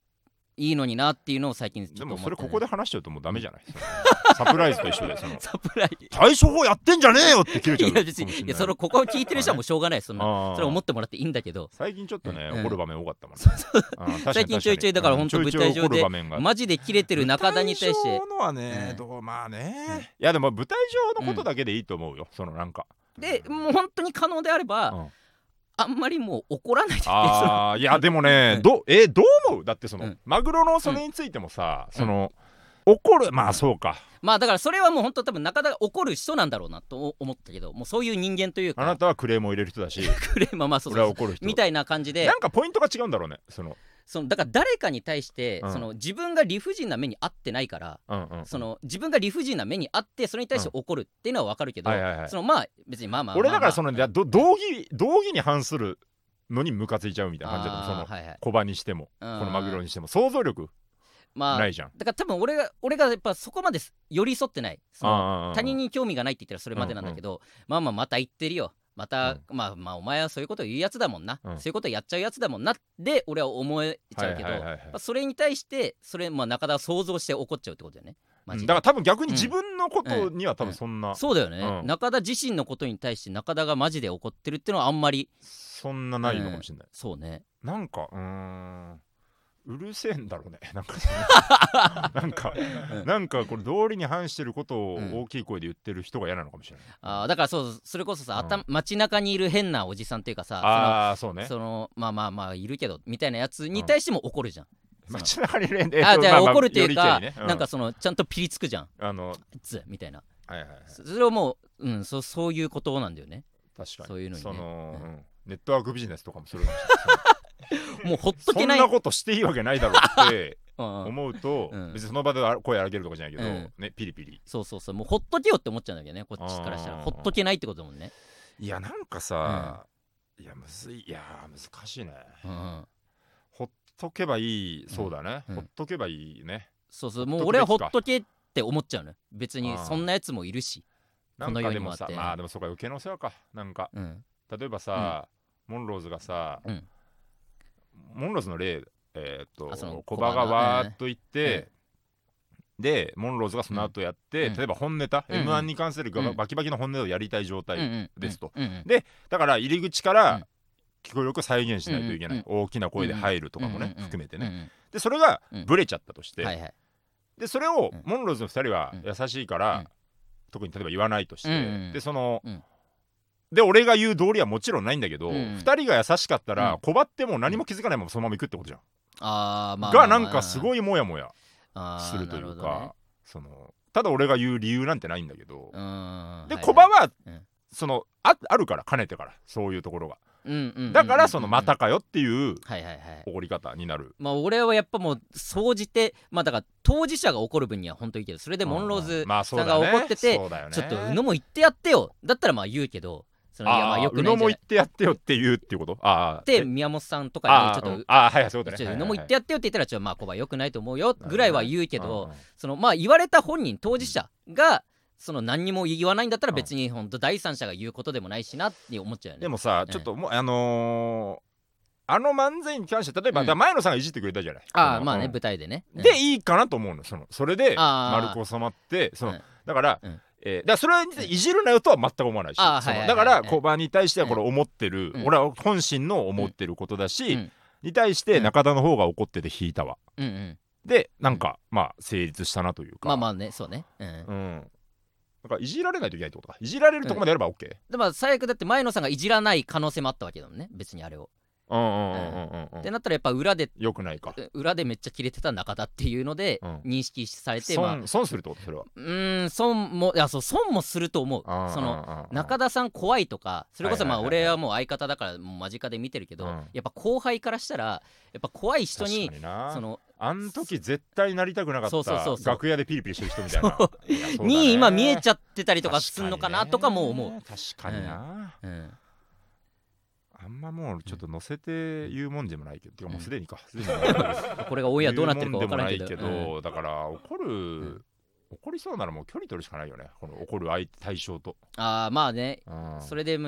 いいのになっていうのを最近ちょっと思って、ね、でもそれここで話しちゃうともうダメじゃない、うん、サプライズと一緒でそのサプライズ対処法やってんじゃねえよって切れちゃういや別にいやそのここを聞いてる人はもうしょうがないそんなそれ思ってもらっていいんだけど最近ちょっとね、うん、怒る場面多かったもんね、 うん、最近ちょいちょいだから本当舞台上でマジで切れてる中田に対して舞台上のはね、うん、どうまあね、うん、いやでも舞台上のことだけでいいと思うよ、そのなんかでもう本当に可能であれば、うんあんまりもう怒らないであいやでもね、うん、どえどう思うだってその、うん、マグロのそれについてもさ、うん、その怒るまあそうかまあだからそれはもう本当多分中田が怒る人なんだろうなと思ったけどもうそういう人間というかあなたはクレームを入れる人だしクレームはまあそうそうそうみたいな感じでなんかポイントが違うんだろうねそのそのだから誰かに対して、うん、その自分が理不尽な目に遭ってないから、うんうんうん、その自分が理不尽な目に遭ってそれに対して怒るっていうのは分かるけど、うんはいはいはい、そのまあ別にまあまあ俺だからその、まあまあ、ど道義道義に反するのにムカついちゃうみたいな感じだとその、はいはい、小判にしてもこのマグロにしても想像力まあ、ないじゃんだから多分俺が俺がやっぱそこまで寄り添ってないその他人に興味がないって言ったらそれまでなんだけど、うんうん、まあまあまた言ってるよまた、うん、まあまあお前はそういうことを言うやつだもんな、うん、そういうことやっちゃうやつだもんなで俺は思えちゃうけど、はいはいはいはいまあ、それに対してそれ、まあ、中田は想像して怒っちゃうってことだよねマジで、 うん、だから多分逆に自分のことには多分そんな、うんうん、そうだよね、うん、中田自身のことに対して中田がマジで怒ってるっていうのはあんまりそんなないのかもしれない、 うん、そうねなんかうーんうるせえんだろうねなんかなんか、うん、なんかこれ道理に反してることを大きい声で言ってる人が嫌なのかもしれない、うん、 あだからそうそれこそさ、うん、街中にいる変なおじさんっていうかさあそのそうねそのまあまあまあいるけどみたいなやつに対しても怒るじゃん、 うん、街中にいるんであじゃあ、まあ、怒るっていうか、ねうん、なんかそのちゃんとピリつくじゃんあのつみたいな、 はいはいはい、 それをもう、うん、そ, そういうことなんだよね確かにそういうのにねその、うん、ネットワークビジネスとかもするかもしれないもうほっとけないそんなことしていいわけないだろうって思うと、うん、別にその場で声荒げるとかじゃないけど、うん、ねピリピリそうそうそうもうほっとけよって思っちゃうんだけどねこっちからしたらほっとけないってことだもんねいやなんかさ、うん、いやむずいいや難しいね、うん、ほっとけばいいそうだね、うん、ほっとけばいいねそうそうもう俺はほっとけって思っちゃうね別にそんなやつもいるしなんかでもさまあでもそうか余計なお世話かなんか、うん、例えばさ、モンローズがさ、うんモンローズの例、えー、っとコバがわーっと言って、うん、でモンローズがその後やって、うん、例えば本ネタ、うん、エムワン に関するバキバキの本ネタをやりたい状態ですと、うんうん、でだから入り口から聞こえ力を再現しないといけない、うんうん、大きな声で入るとかもね、うんうん、含めてね、うんうん、でそれがブレちゃったとして、うんはいはい、でそれをモンローズのふたりは優しいから、うん、特に例えば言わないとして、うんうん、でその、うんで俺が言う道理はもちろんないんだけど、うん、ふたりが優しかったら、うん、拒っても何も気づかないままそのまま行くってことじゃん、 あー、まあ、 がなんかすごいモヤモヤするというか、ね、そのただ俺が言う理由なんてないんだけどでコバは、うん、その あ, あるからかねてからそういうところが、うんうんうんうん、だからそのまたかよっていう怒り方になる、 まあ俺はやっぱもう総じてまあだから当事者が怒る分には本当いいけどそれでモンローズさんが怒ってて、まあね、ちょっと宇野も言ってやってよだったらまあ言うけどそのいやまあよくないんじゃない宇野も言ってやってよって言うっていうことあで宮本さんとかにちょっとああはいそうだね宇野も言ってやってよって言ったらちょっとまあコバよくないと思うよぐらいは言うけどそのまあ言われた本人当事者がその何にも言わないんだったら別に本当第三者が言うことでもないしなって思っちゃうよねでもさちょっともうあのーあの漫才に関して例えば、うん、前野さんがいじってくれたじゃないああまあね、うん、舞台でね、 うん、でいいかなと思うの そ, のそれで丸く収まってその、うん、だから、うんえー、だからそれはいじるなよとは全く思わないし、うん、そのだからコバに対してはこれ思ってる、うん、俺は本心の思ってることだし、うん、に対して中田の方が怒ってて引いたわ、うんうん、でなんか、うん、まあ成立したなというかまあまあねそうねうん、 うんだからいじられないといけないってことかいじられるとこまでやれば OK、うん、 でも最悪だって前野さんがいじらない可能性もあったわけだもんね別にあれをってなったらやっぱ裏でよくないか裏でめっちゃキレてた中田っていうので認識されて、 うんまあ、 損, 損するってことそれはうーん損もいやそう損もすると思うその中田さん怖いとかそれこそまあ俺はもう相方だからもう間近で見てるけど、うん、やっぱ後輩からしたらやっぱ怖い人にそのあん時絶対なりたくなかった楽屋でピリピリしてる人みたいなに今見えちゃってたりとかすんのかなとかも思う確かにな、うんうんあんまもうちょっと乗せて言うもんでもないけど、うん、てかもうすでにか、すでにこれがオンエアどうなってるか分からないけど、 けどうん、だから怒る、うん、怒りそうならもう距離取るしかないよねこの怒る相手対象とああまあね、うん、それで、うん、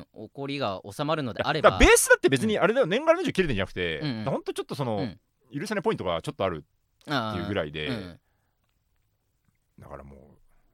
怒りが収まるのであればだベースだって別にあれだよ、うん、年がら年中切れてんじゃなくて、うんうん、ほんとちょっとその、うん許せないポイントがちょっとあるっていうぐらいで、うん、だからもう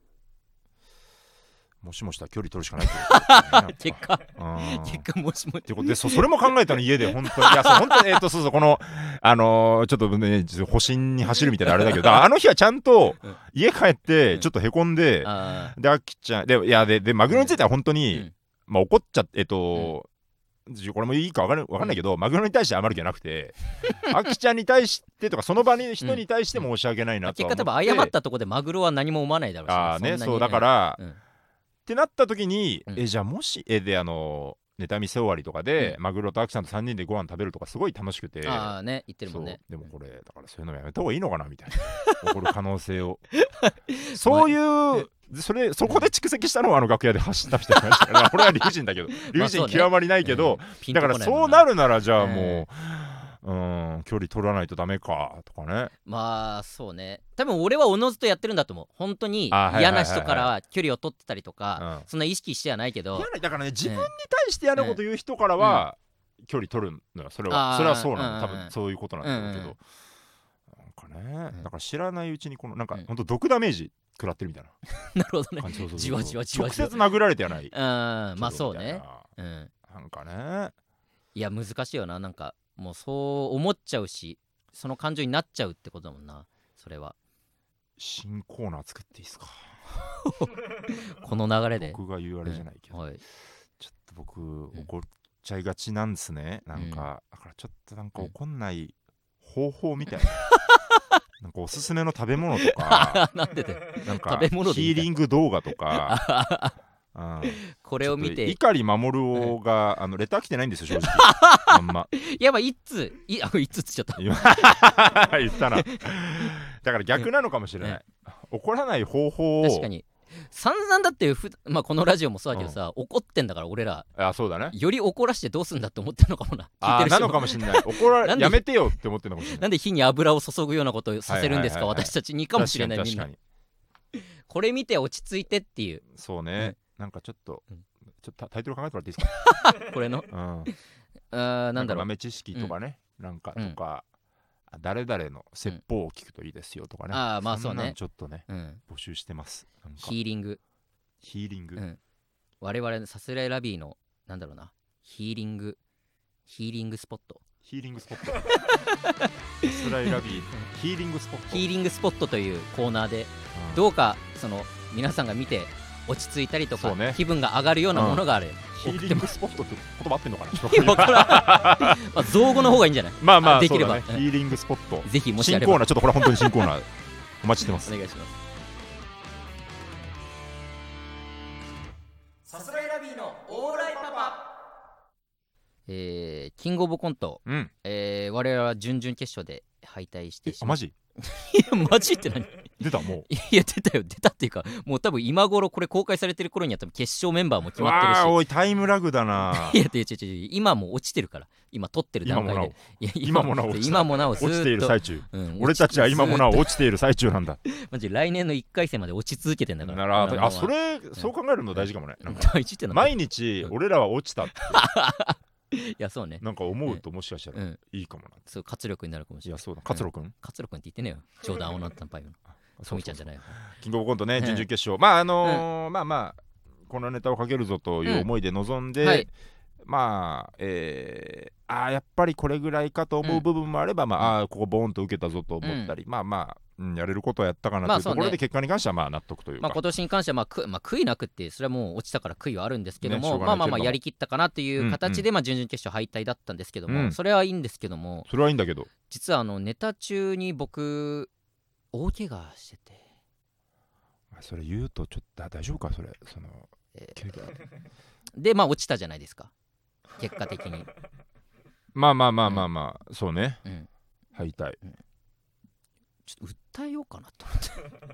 もしもしたら距離取るしかないって結果結果もしもってことで そ, それも考えたの家で本当にいやそう本当にえっとそうそうこのあのー、ちょっとね保身に走るみたいなあれだけどあの日はちゃんと家帰ってちょっとへこんで、うん、であきちゃんでいやででマグロについては本当に、うん、まあ怒っちゃってえっと、うん、これもいいか分かん、分かんないけど、うん、マグロに対して謝る気はなくてあきちゃんに対してとかその場に人に対して申し訳ないなと思って、 うん、結果多分謝ったところでマグロは何も思わないだろうし、 ああねそうだから、うんってなった時に、うん、えじゃあもしえであの妬みせ終わりとかで、うん、マグロとアキさんとさんにんでご飯食べるとかすごい楽しくて、 ああね言ってるもんね。 でもこれだからそういうのやめた方がいいのかなみたいな起こる可能性をそういうそれそこで蓄積したのはあの楽屋で走ったみたいな感じだからこれは理不尽だけど理不尽極まりないけど、まあねうん、だからそうなるならじゃあもう、えーうん距離取らないとダメかとかね。 まあそうね多分俺はおのずとやってるんだと思う。本当に嫌な人から距離を取ってたりとか、そんな意識してはないけどだからね自分に対して嫌なこと言う人からは、うん、距離取るのよそれはそれはそうなの多分そういうことなんだろうけど、うんうん、なんかねだから知らないうちにこのなんか、うん、ほんと毒ダメージ食らってるみたいななるほどねじわじわじわじわ直接殴られてはないうんまあそうねうんなんかねいや難しいよななんかもうそう思っちゃうしその感情になっちゃうってことだもんなそれは。 新コーナー作っていいですかこの流れで僕が言うあれじゃないけど、 うんはい、 ちょっと僕、うん、怒っちゃいがちなんですねなんか、うん、だからちょっとなんか怒んない方法みたいな、うん、なんかおすすめの食べ物とかなんでだよなんかヒーリング動画とかうん、 これを見て碇守が、うん、あのレター来てないんですよ正直あんまやばいいついあいつつっちゃった言ったなだから逆なのかもしれない、うん、怒らない方法を確かに散々だってふ、まあ、このラジオもそうだけどさ、うん、怒ってんだから俺らあそうだねより怒らしてどうすんだって思ってんのかもなあなのかもしれない怒らやめてよって思ってんのかもしれないなんで火に油を注ぐようなことをさせるんですか、はいはいはいはい、私たちにかもしれないみんなこれ見て落ち着いてっていうそうね、うん、なんかちょっと、うん、ちょっとタイトル考えてもらっていいですかこれの、 うん、 あなんだろう豆知識とかね、うん、なんかとか、うん、誰々の説法を聞くといいですよとかね、うん、 あまあそうねちょっとね、うん、募集してますなんかヒーリングヒーリング、うん、 我々のさすらいラビーのなんだろうなヒーリングヒーリングスポットヒーリングスポットさすらいラビーヒーリングスポットヒーリングスポットというコーナーで、うん、どうかその皆さんが見て落ち着いたりとか、ね、気分が上がるようなものがある、うん、 ヒーリングスポットって言葉合ってんのかなまあ造語の方がいいんじゃないまあまあできれば、 ね、ヒーリングスポットぜひもしあれば新コーナーちょっとこれ本当に新コーナーお待ちしてますお願いしますさすらいラビーのオーライパパえー、キングオブコント、うんえー、我々は準々決勝で敗退してしまう。 マジいやマジって何出たもういや出たよ出たっていうかもう多分今頃これ公開されてる頃には多分決勝メンバーも決まってるしあおいタイムラグだないやいや違う違う今も落ちてるから今撮ってる段階で今もなお今もなお落ちている最中、うん、俺たちは今もなお落ちている最中なんだマジ来年のいっかい戦まで落ち続けてんだからならあそれそう考えるの大事かもね、 なんか大事っての毎日俺らは落ちたっていやそうねなんか思うともしかしたらいいかもな、うん、 そう活力になるかもしれない。 いやそうだ活力くん、うん、 活力くんって言ってねえよ冗談をなったんパイのそうみちゃんじゃないよキングオブコントね準々決勝、うん、まああのーうん、まあまあこのネタをかけるぞという思いで臨んで、うんはい、まあえー、あやっぱりこれぐらいかと思う部分もあれば、うん、まああここボーンと受けたぞと思ったり、うん、まあまあうん、やれることはやったかなというところで結果に関してはまあ納得というか、 まあ、今年に関してはまあく、まあ、悔いなくってそれはもう落ちたから悔いはあるんですけども、ね、まあまあまあやりきったかなという形でまあ準々決勝敗退だったんですけども、うん、それはいいんですけどもそれはいいんだけど実はあのネタ中に僕大怪我しててそれ言うとちょっと大丈夫かそれその、えー、 でまあ落ちたじゃないですか結果的にまあまあまあまあまあ、うん、そうね、うん、敗退、うんちょっと訴えようかなと思って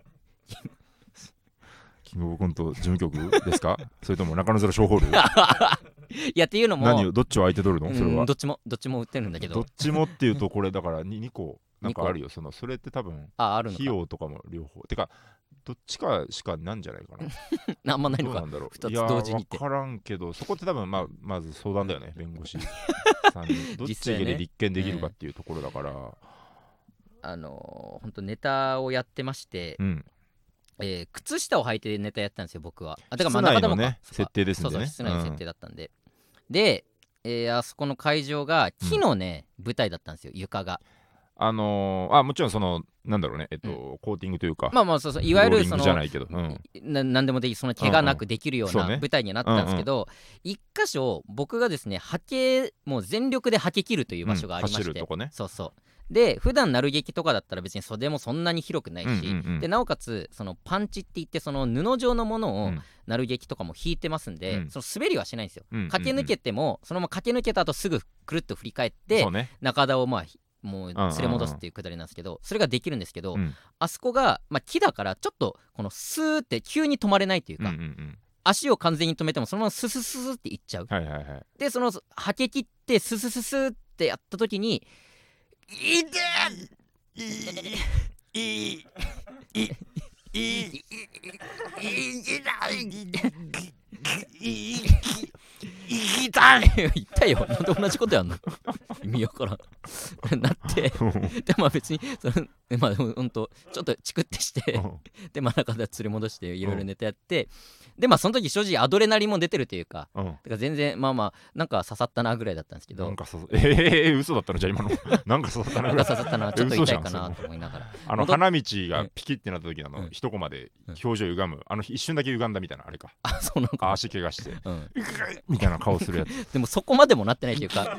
キングオブコント事務局ですかそれとも中野空小ホールいやっていうのも何をどっちを相手取るのそれはどっちもどっちも売ってるんだけどどっちもっていうとこれだからにこなんかあるよそのそれって多分ああるのか費用とかも両方てかどっちかしかなんじゃないかなあんまないのかどうなんだろうふたつ同時にっていや分からんけどそこって多分まあまず相談だよね弁護士さんにどっちで立件できるかっていうところだから、ねあのー、ほんとネタをやってまして、うんえー、靴下を履いてネタやったんですよ僕は。あ、だからまあ中でもか、 ね、設定ですね。 そうそう室内の設定だったんで、うん、で、えー、あそこの会場が木のね、うん、舞台だったんですよ床が。 あのー、あもちろんそのなんだろうねえっと、うん、コーティングというかまあまあそうそういわゆるそのじゃないけど、うん、 な何でもできその怪我なくできるような舞台になったんですけど、一、ね、箇所僕がですねはけもう全力ではけ切るという場所がありまして、うん、 走るとこね。 そうそうで普段なる劇とかだったら別に袖もそんなに広くないし、うんうんうん、でなおかつそのパンチって言ってその布状のものをなる劇とかも引いてますんで、うん、その滑りはしないんですよ、うんうんうん、駆け抜けてもそのまま駆け抜けた後すぐくるっと振り返って、ね、中田をまあもう連れ戻すっていうくだりなんですけど、うんうんうん、それができるんですけど、うん、あそこが、まあ、木だからちょっとこのスーって急に止まれないというか、うんうんうん、足を完全に止めてもそのままススススっていっちゃう、はいはいはい、でそのはけ切ってススススってやった時にいていいいいいいいい痛い痛いよなんで同じことやんの意味わからんなってでまあ別にそのまあほんとちょっとチクってしてでまあ中で連れ戻していろいろネタやってでまあその時正直アドレナリンも出てるというかだから全然まあまあなんか刺さったなぐらいだったんですけどなんかそえー嘘だったのじゃあ今のなんか刺さったなぐらいなんか刺さったなちょっと痛いかなと思いながらあの花道がピキってなった時の、うん、一コマで表情歪むあの一瞬だけ歪んだみたいなあれかあそうなんか足怪我して、うん、みたいな顔するやつでもそこまでもなってないというか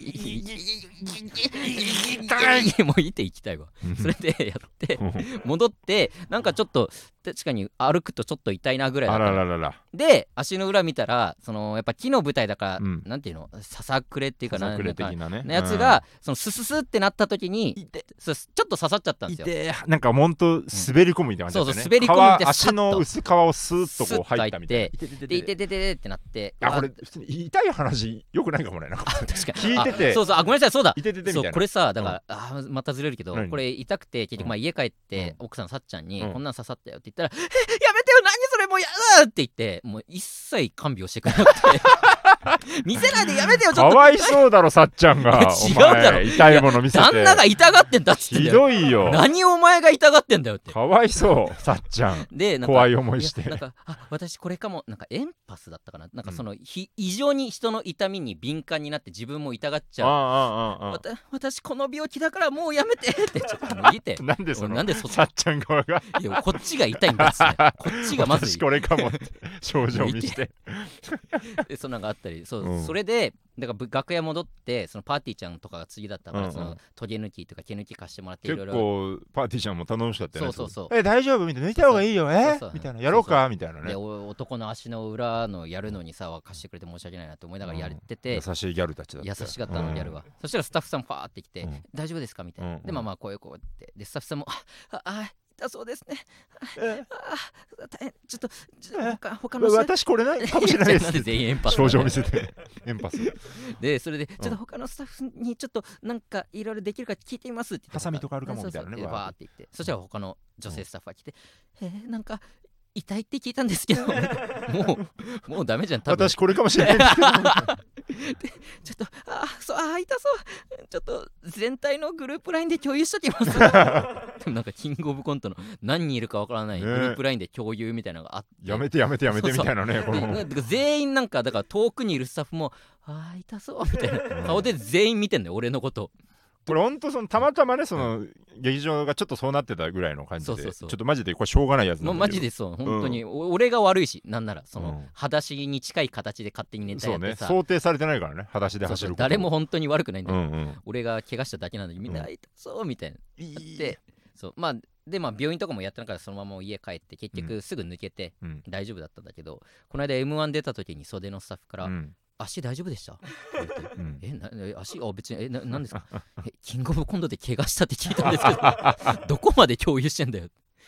もういていきたいわそれでやって戻ってなんかちょっと確かに歩くとちょっと痛いなぐらいだったあららららで足の裏見たらそのやっぱ木の舞台だから、うん、なんていうのささくれっていうかささくれ的なねのやつが、うん、そのスススってなった時にちょっと刺さっちゃったんですよ。 なんかほんと滑り込むみたいな感じだったね、うん、そうそう滑り込むみたいな足の薄皮をスーッとこう入ったみたいなでいててててってなってあこれ普通に痛い話よくないかもねなんか確かに聞いててそうそうあごめんなさいそうだいてててみたいなそうこれさだから、うん、あまたずれるけどこれ痛くて結局まあ家帰って、うん、奥さんさっちゃんに、うん、こんなん刺さったよって言ったら、うん、えやめてよ何それもうやだって言ってもう一切看病してくれなくて見せないでやめてよちょっとかわいそうだろさっちゃんが違うだろ痛いもの見せて旦那が痛がってんだっつってんだよひどいよ何お前が痛がってんだよってかわいそうさっちゃんでなんか怖い思いしてなんかあ私これかもなんかエンパスだったかななんかその、うん、ひ異常に人の痛みに敏感になって自分も痛がっちゃうあああああ私この病気だからもうやめてってちょっともういいてなんでそのなんでそさっちゃん側がいやこっちが痛いんだっつってこっちがまずい私これかもって症状見してでそんなんがあったりそう、うん、それでだから楽屋戻ってそのパーティーちゃんとかが次だったから、うんうん、そのトゲ抜きとか毛抜き貸してもらっていろいろ結構パーティーちゃんも頼もしかったよねそうそうそうえ大丈夫みたいな抜いた方がいいよえみたいなやろうかみたいなねで男の足の裏のやるのにさ貸してくれて申し訳ないなと思いながらやってて、 うん、優しいギャルたちだった優しかったのギャルは、うん、そしたらスタッフさんパーって来て、うん、大丈夫ですかみたいな、うん、でまあまあこういうこうってでスタッフさんもああ痛そうですねあ大変ちょっとちょっと他他の私これないかもしれないです全員エンパス症状見せてエンパスでそれでちょっと他のスタッフにちょっとなんかいろいろできるか聞いてみますってハサミとかあるかもみたいなねバーって言ってそしたら他の女性スタッフが来て、うん、えー、なんか痛いって聞いたんですけどもうもうダメじゃん多分私これかもしれないですけどでちょっとあそうあ痛そうちょっと全体のグループラインで共有しときますでもなんかキングオブコントの何人いるかわからないグループラインで共有みたいなのがあって、 やめてやめてやめてみたいなねこの全員なんかだから遠くにいるスタッフもあ痛そうみたいな顔で全員見てんだよ俺のことこれほんとそのたまたまねその劇場がちょっとそうなってたぐらいの感じでそうそうそうちょっとマジでこれしょうがないやつなんだけどマジでそう本当に、うん、俺が悪いしなんならその、うん、裸足に近い形で勝手にネタやってさそうね想定されてないからね裸足で走ること誰も本当に悪くないんだよ、うんうん、俺が怪我しただけなのにみんな痛そうみたいな、うん、でそうまあでまあ病院とかもやってなからそのまま家帰って結局すぐ抜けて大丈夫だったんだけど、うん、この間 エムワン 出た時に袖のスタッフから、うん足大丈夫でしたうん、えな足あ別にえななんですかえキングオブコントで怪我したって聞いたんですけどどこまで共有してんだよ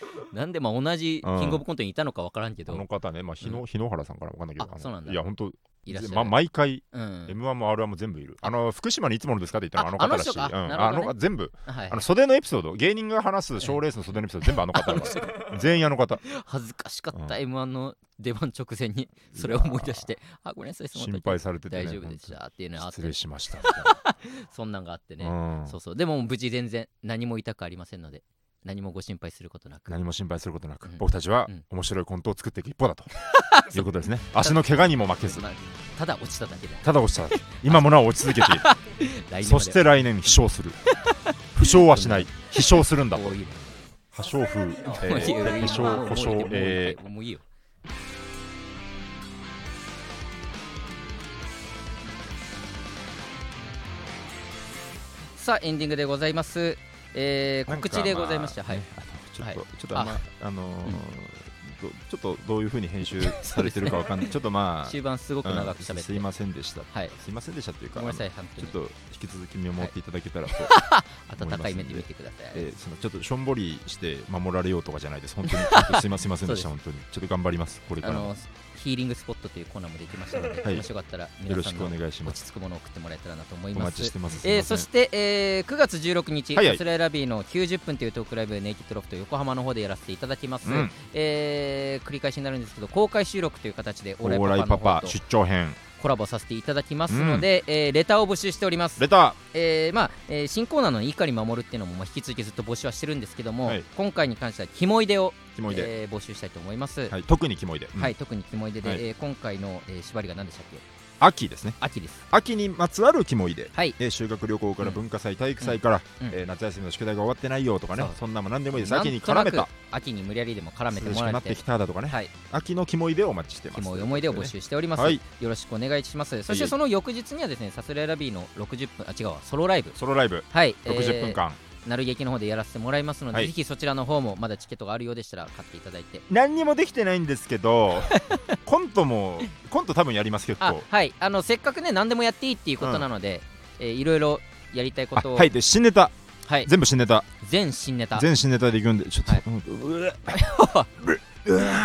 なんでまあ同じキングオブコントにいたのか分からんけど、 この方ね、まあ、日野、日野原さんから分かんないけど、 あ、そうなんだ。 いや本当ま、毎回、うん、エムワン も アールワン も全部いる。あの福島にいつものですかって言ったのあの方らしい。あの人か、うん、あの全部、はいはい、あの袖のエピソード、芸人が話す賞レースの袖のエピソード全部あの方だから全員あの方。 恥ずかしかった、うん、エムワン の出番直前にそれを思い出して、あ、ごめんなさい、 心配されてて、ね、 大丈夫でしたっていうのはあって、 失礼しましたそんなんがあってね、うん、そうそう。でも無事全然何も痛くありませんので、何もご心配することなく、 何も心配することなく、うん、僕たちは面白いコントを作っていく一方だということですね。足の怪我にも負けず、 ただ落ちただけで、 ただ落ちただけ、今もなお落ち続けているそして来年飛翔する負傷はしない、飛翔するんだと。破傷風、えー、飛翔故障、えー、もういいよ。 さあエンディングでございます。えー、告知でございました。はい。 ちょっと、ちょっとあんま、あのー、ちょっとどういう風に編集されてるかわかんない。ちょっとまあ終盤すごく長く喋って、 すいませんでした。 はい。 すいませんでしたっていうか、 ごめんなさい、 ちょっと引き続き見守っていただけたらと。 温かい目で見てください。 えー、そのちょっとしょんぼりして守られようとかじゃないです。本当にすいませんでした本当に。ちょっと頑張ります。これから。 ヒーリングスポットというコーナーもできましたので、はい、もしよかったら皆さんの落ち着くものを送ってもらえたらなと思います。 お待ちしてます。 えー、そして、えー、くがつじゅうろくにち、はいはい、サスライラビーのきゅうじゅっぷんというトークライブネイキッドロフト横浜の方でやらせていただきます。うん、えー、繰り返しになるんですけど、公開収録という形でオーライパパの方と出張編コラボさせていただきますので、うん、えー、レターを募集しております。 レター、 えーまあえー、新コーナーの碇守っていうのも、まあ、引き続きずっと募集はしてるんですけども、はい、今回に関してはキモいでをキモいで、 えー、募集したいと思います。 はい、特にキモいで、 うん、はい、特にキモいでで、はい、えー、今回の、えー、縛りが何でしたっけ？ 秋ですね。 秋です。 秋にまつわるキモいで、 はい、 えー、修学旅行から文化祭、うん、体育祭から、うん、えー、夏休みの宿題が終わってないよとかね、 そ, そんなも何でもいいです。秋に絡めた、 秋に無理やりでも絡めてもらって、涼しくなってきただとかね、 はい、 秋のキモいでをお待ちしてます。 キモい思い出を募集しております、はい、よろしくお願いします。そしてその翌日にはですね、サスレラビーのろくじゅっぷん、あ違うわ、ソロライブソロライブ、 はい、 ろくじゅっぷんかん、 えー、なる劇の方でやらせてもらいますので、はい、ぜひそちらの方もまだチケットがあるようでしたら買っていただいて。 何にもできてないんですけどコントもコント多分やりますけど、 あ、はい、あのせっかくね何でもやっていいっていうことなので、うん、えー、いろいろやりたいことを、 はい、で新ネタ、はい、全部新ネタ、 全新ネタ全新ネタでいくんで、ちょっと、 はい、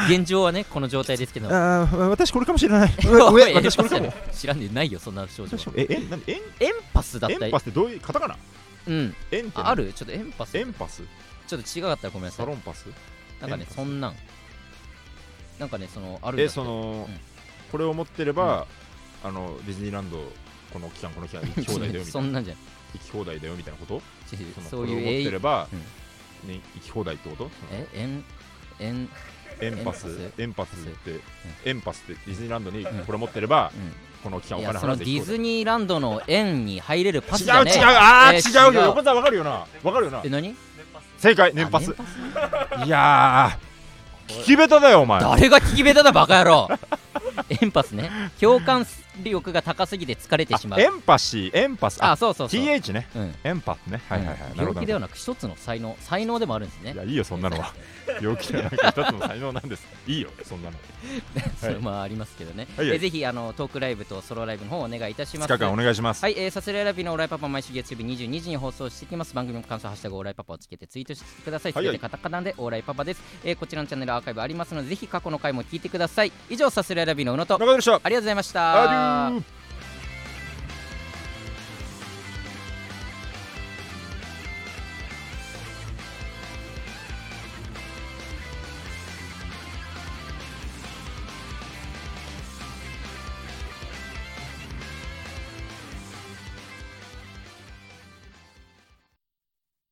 現状はねこの状態ですけど、 あ私これかもしれない上私これかも知らんでないよそんな症状。 ええ何エンエンパスだったり、 エンパスってどういうカタカナ？ うん、 エンってある？ちょっとエンパス、 エンパスちょっと違かったらごめんなさい。 サロンパスなんかね、そんなんなんかね、そのあるんだって。 えその、うん、これを持ってれば、うん、あのディズニーランドこの期間この期間行き放題だよみたいなそんなんじゃん、 行き放題だよみたいなこと？ そういう、 これを持ってれば、うん、ね、行き放題ってこと？ えエンエンエンパスエンパスって、うん、エンパスってディズニーランドにこれ持ってれば、うん、この期間お金払って、そのディズニーランドの円に入れるパスじゃねえ。 違う違う、あー、えー、違うよ。横澤わかるよな、わかるよな。 え、何？ 正解、年パス。いやー、聞き下手だよお前。 誰が聞き下手だバカ野郎エンパスね、共感力が高すぎて疲れてしまう。 エンパシー、エンパス、 あ、そうそうそう、 ティーエイチ ね、うん、エンパスね、はいはいはい、 病気ではなく一つの才能、才能でもあるんですね。 いやいいよそんなのは病気ではなく一つの才能なんです。いいよそんなのそれまあありますけどね、はいはい、えぜひあのトークライブとソロライブの方をお願いいたします。 ふつかかんお願いします。 はい、えー、サスレラビのオーライパパ毎週月曜日にじゅうにじに放送していきます。番組の感想ハッシュタグオーライパパをつけてツイートしてください。すべてカタカナでオーライパパです。えー、こちらのチャンネルアーカイブありますのでぜひ過去の回も聞いてください。以上サスレラビの宇野と中田でした。 ありがとうございました。 アデュー。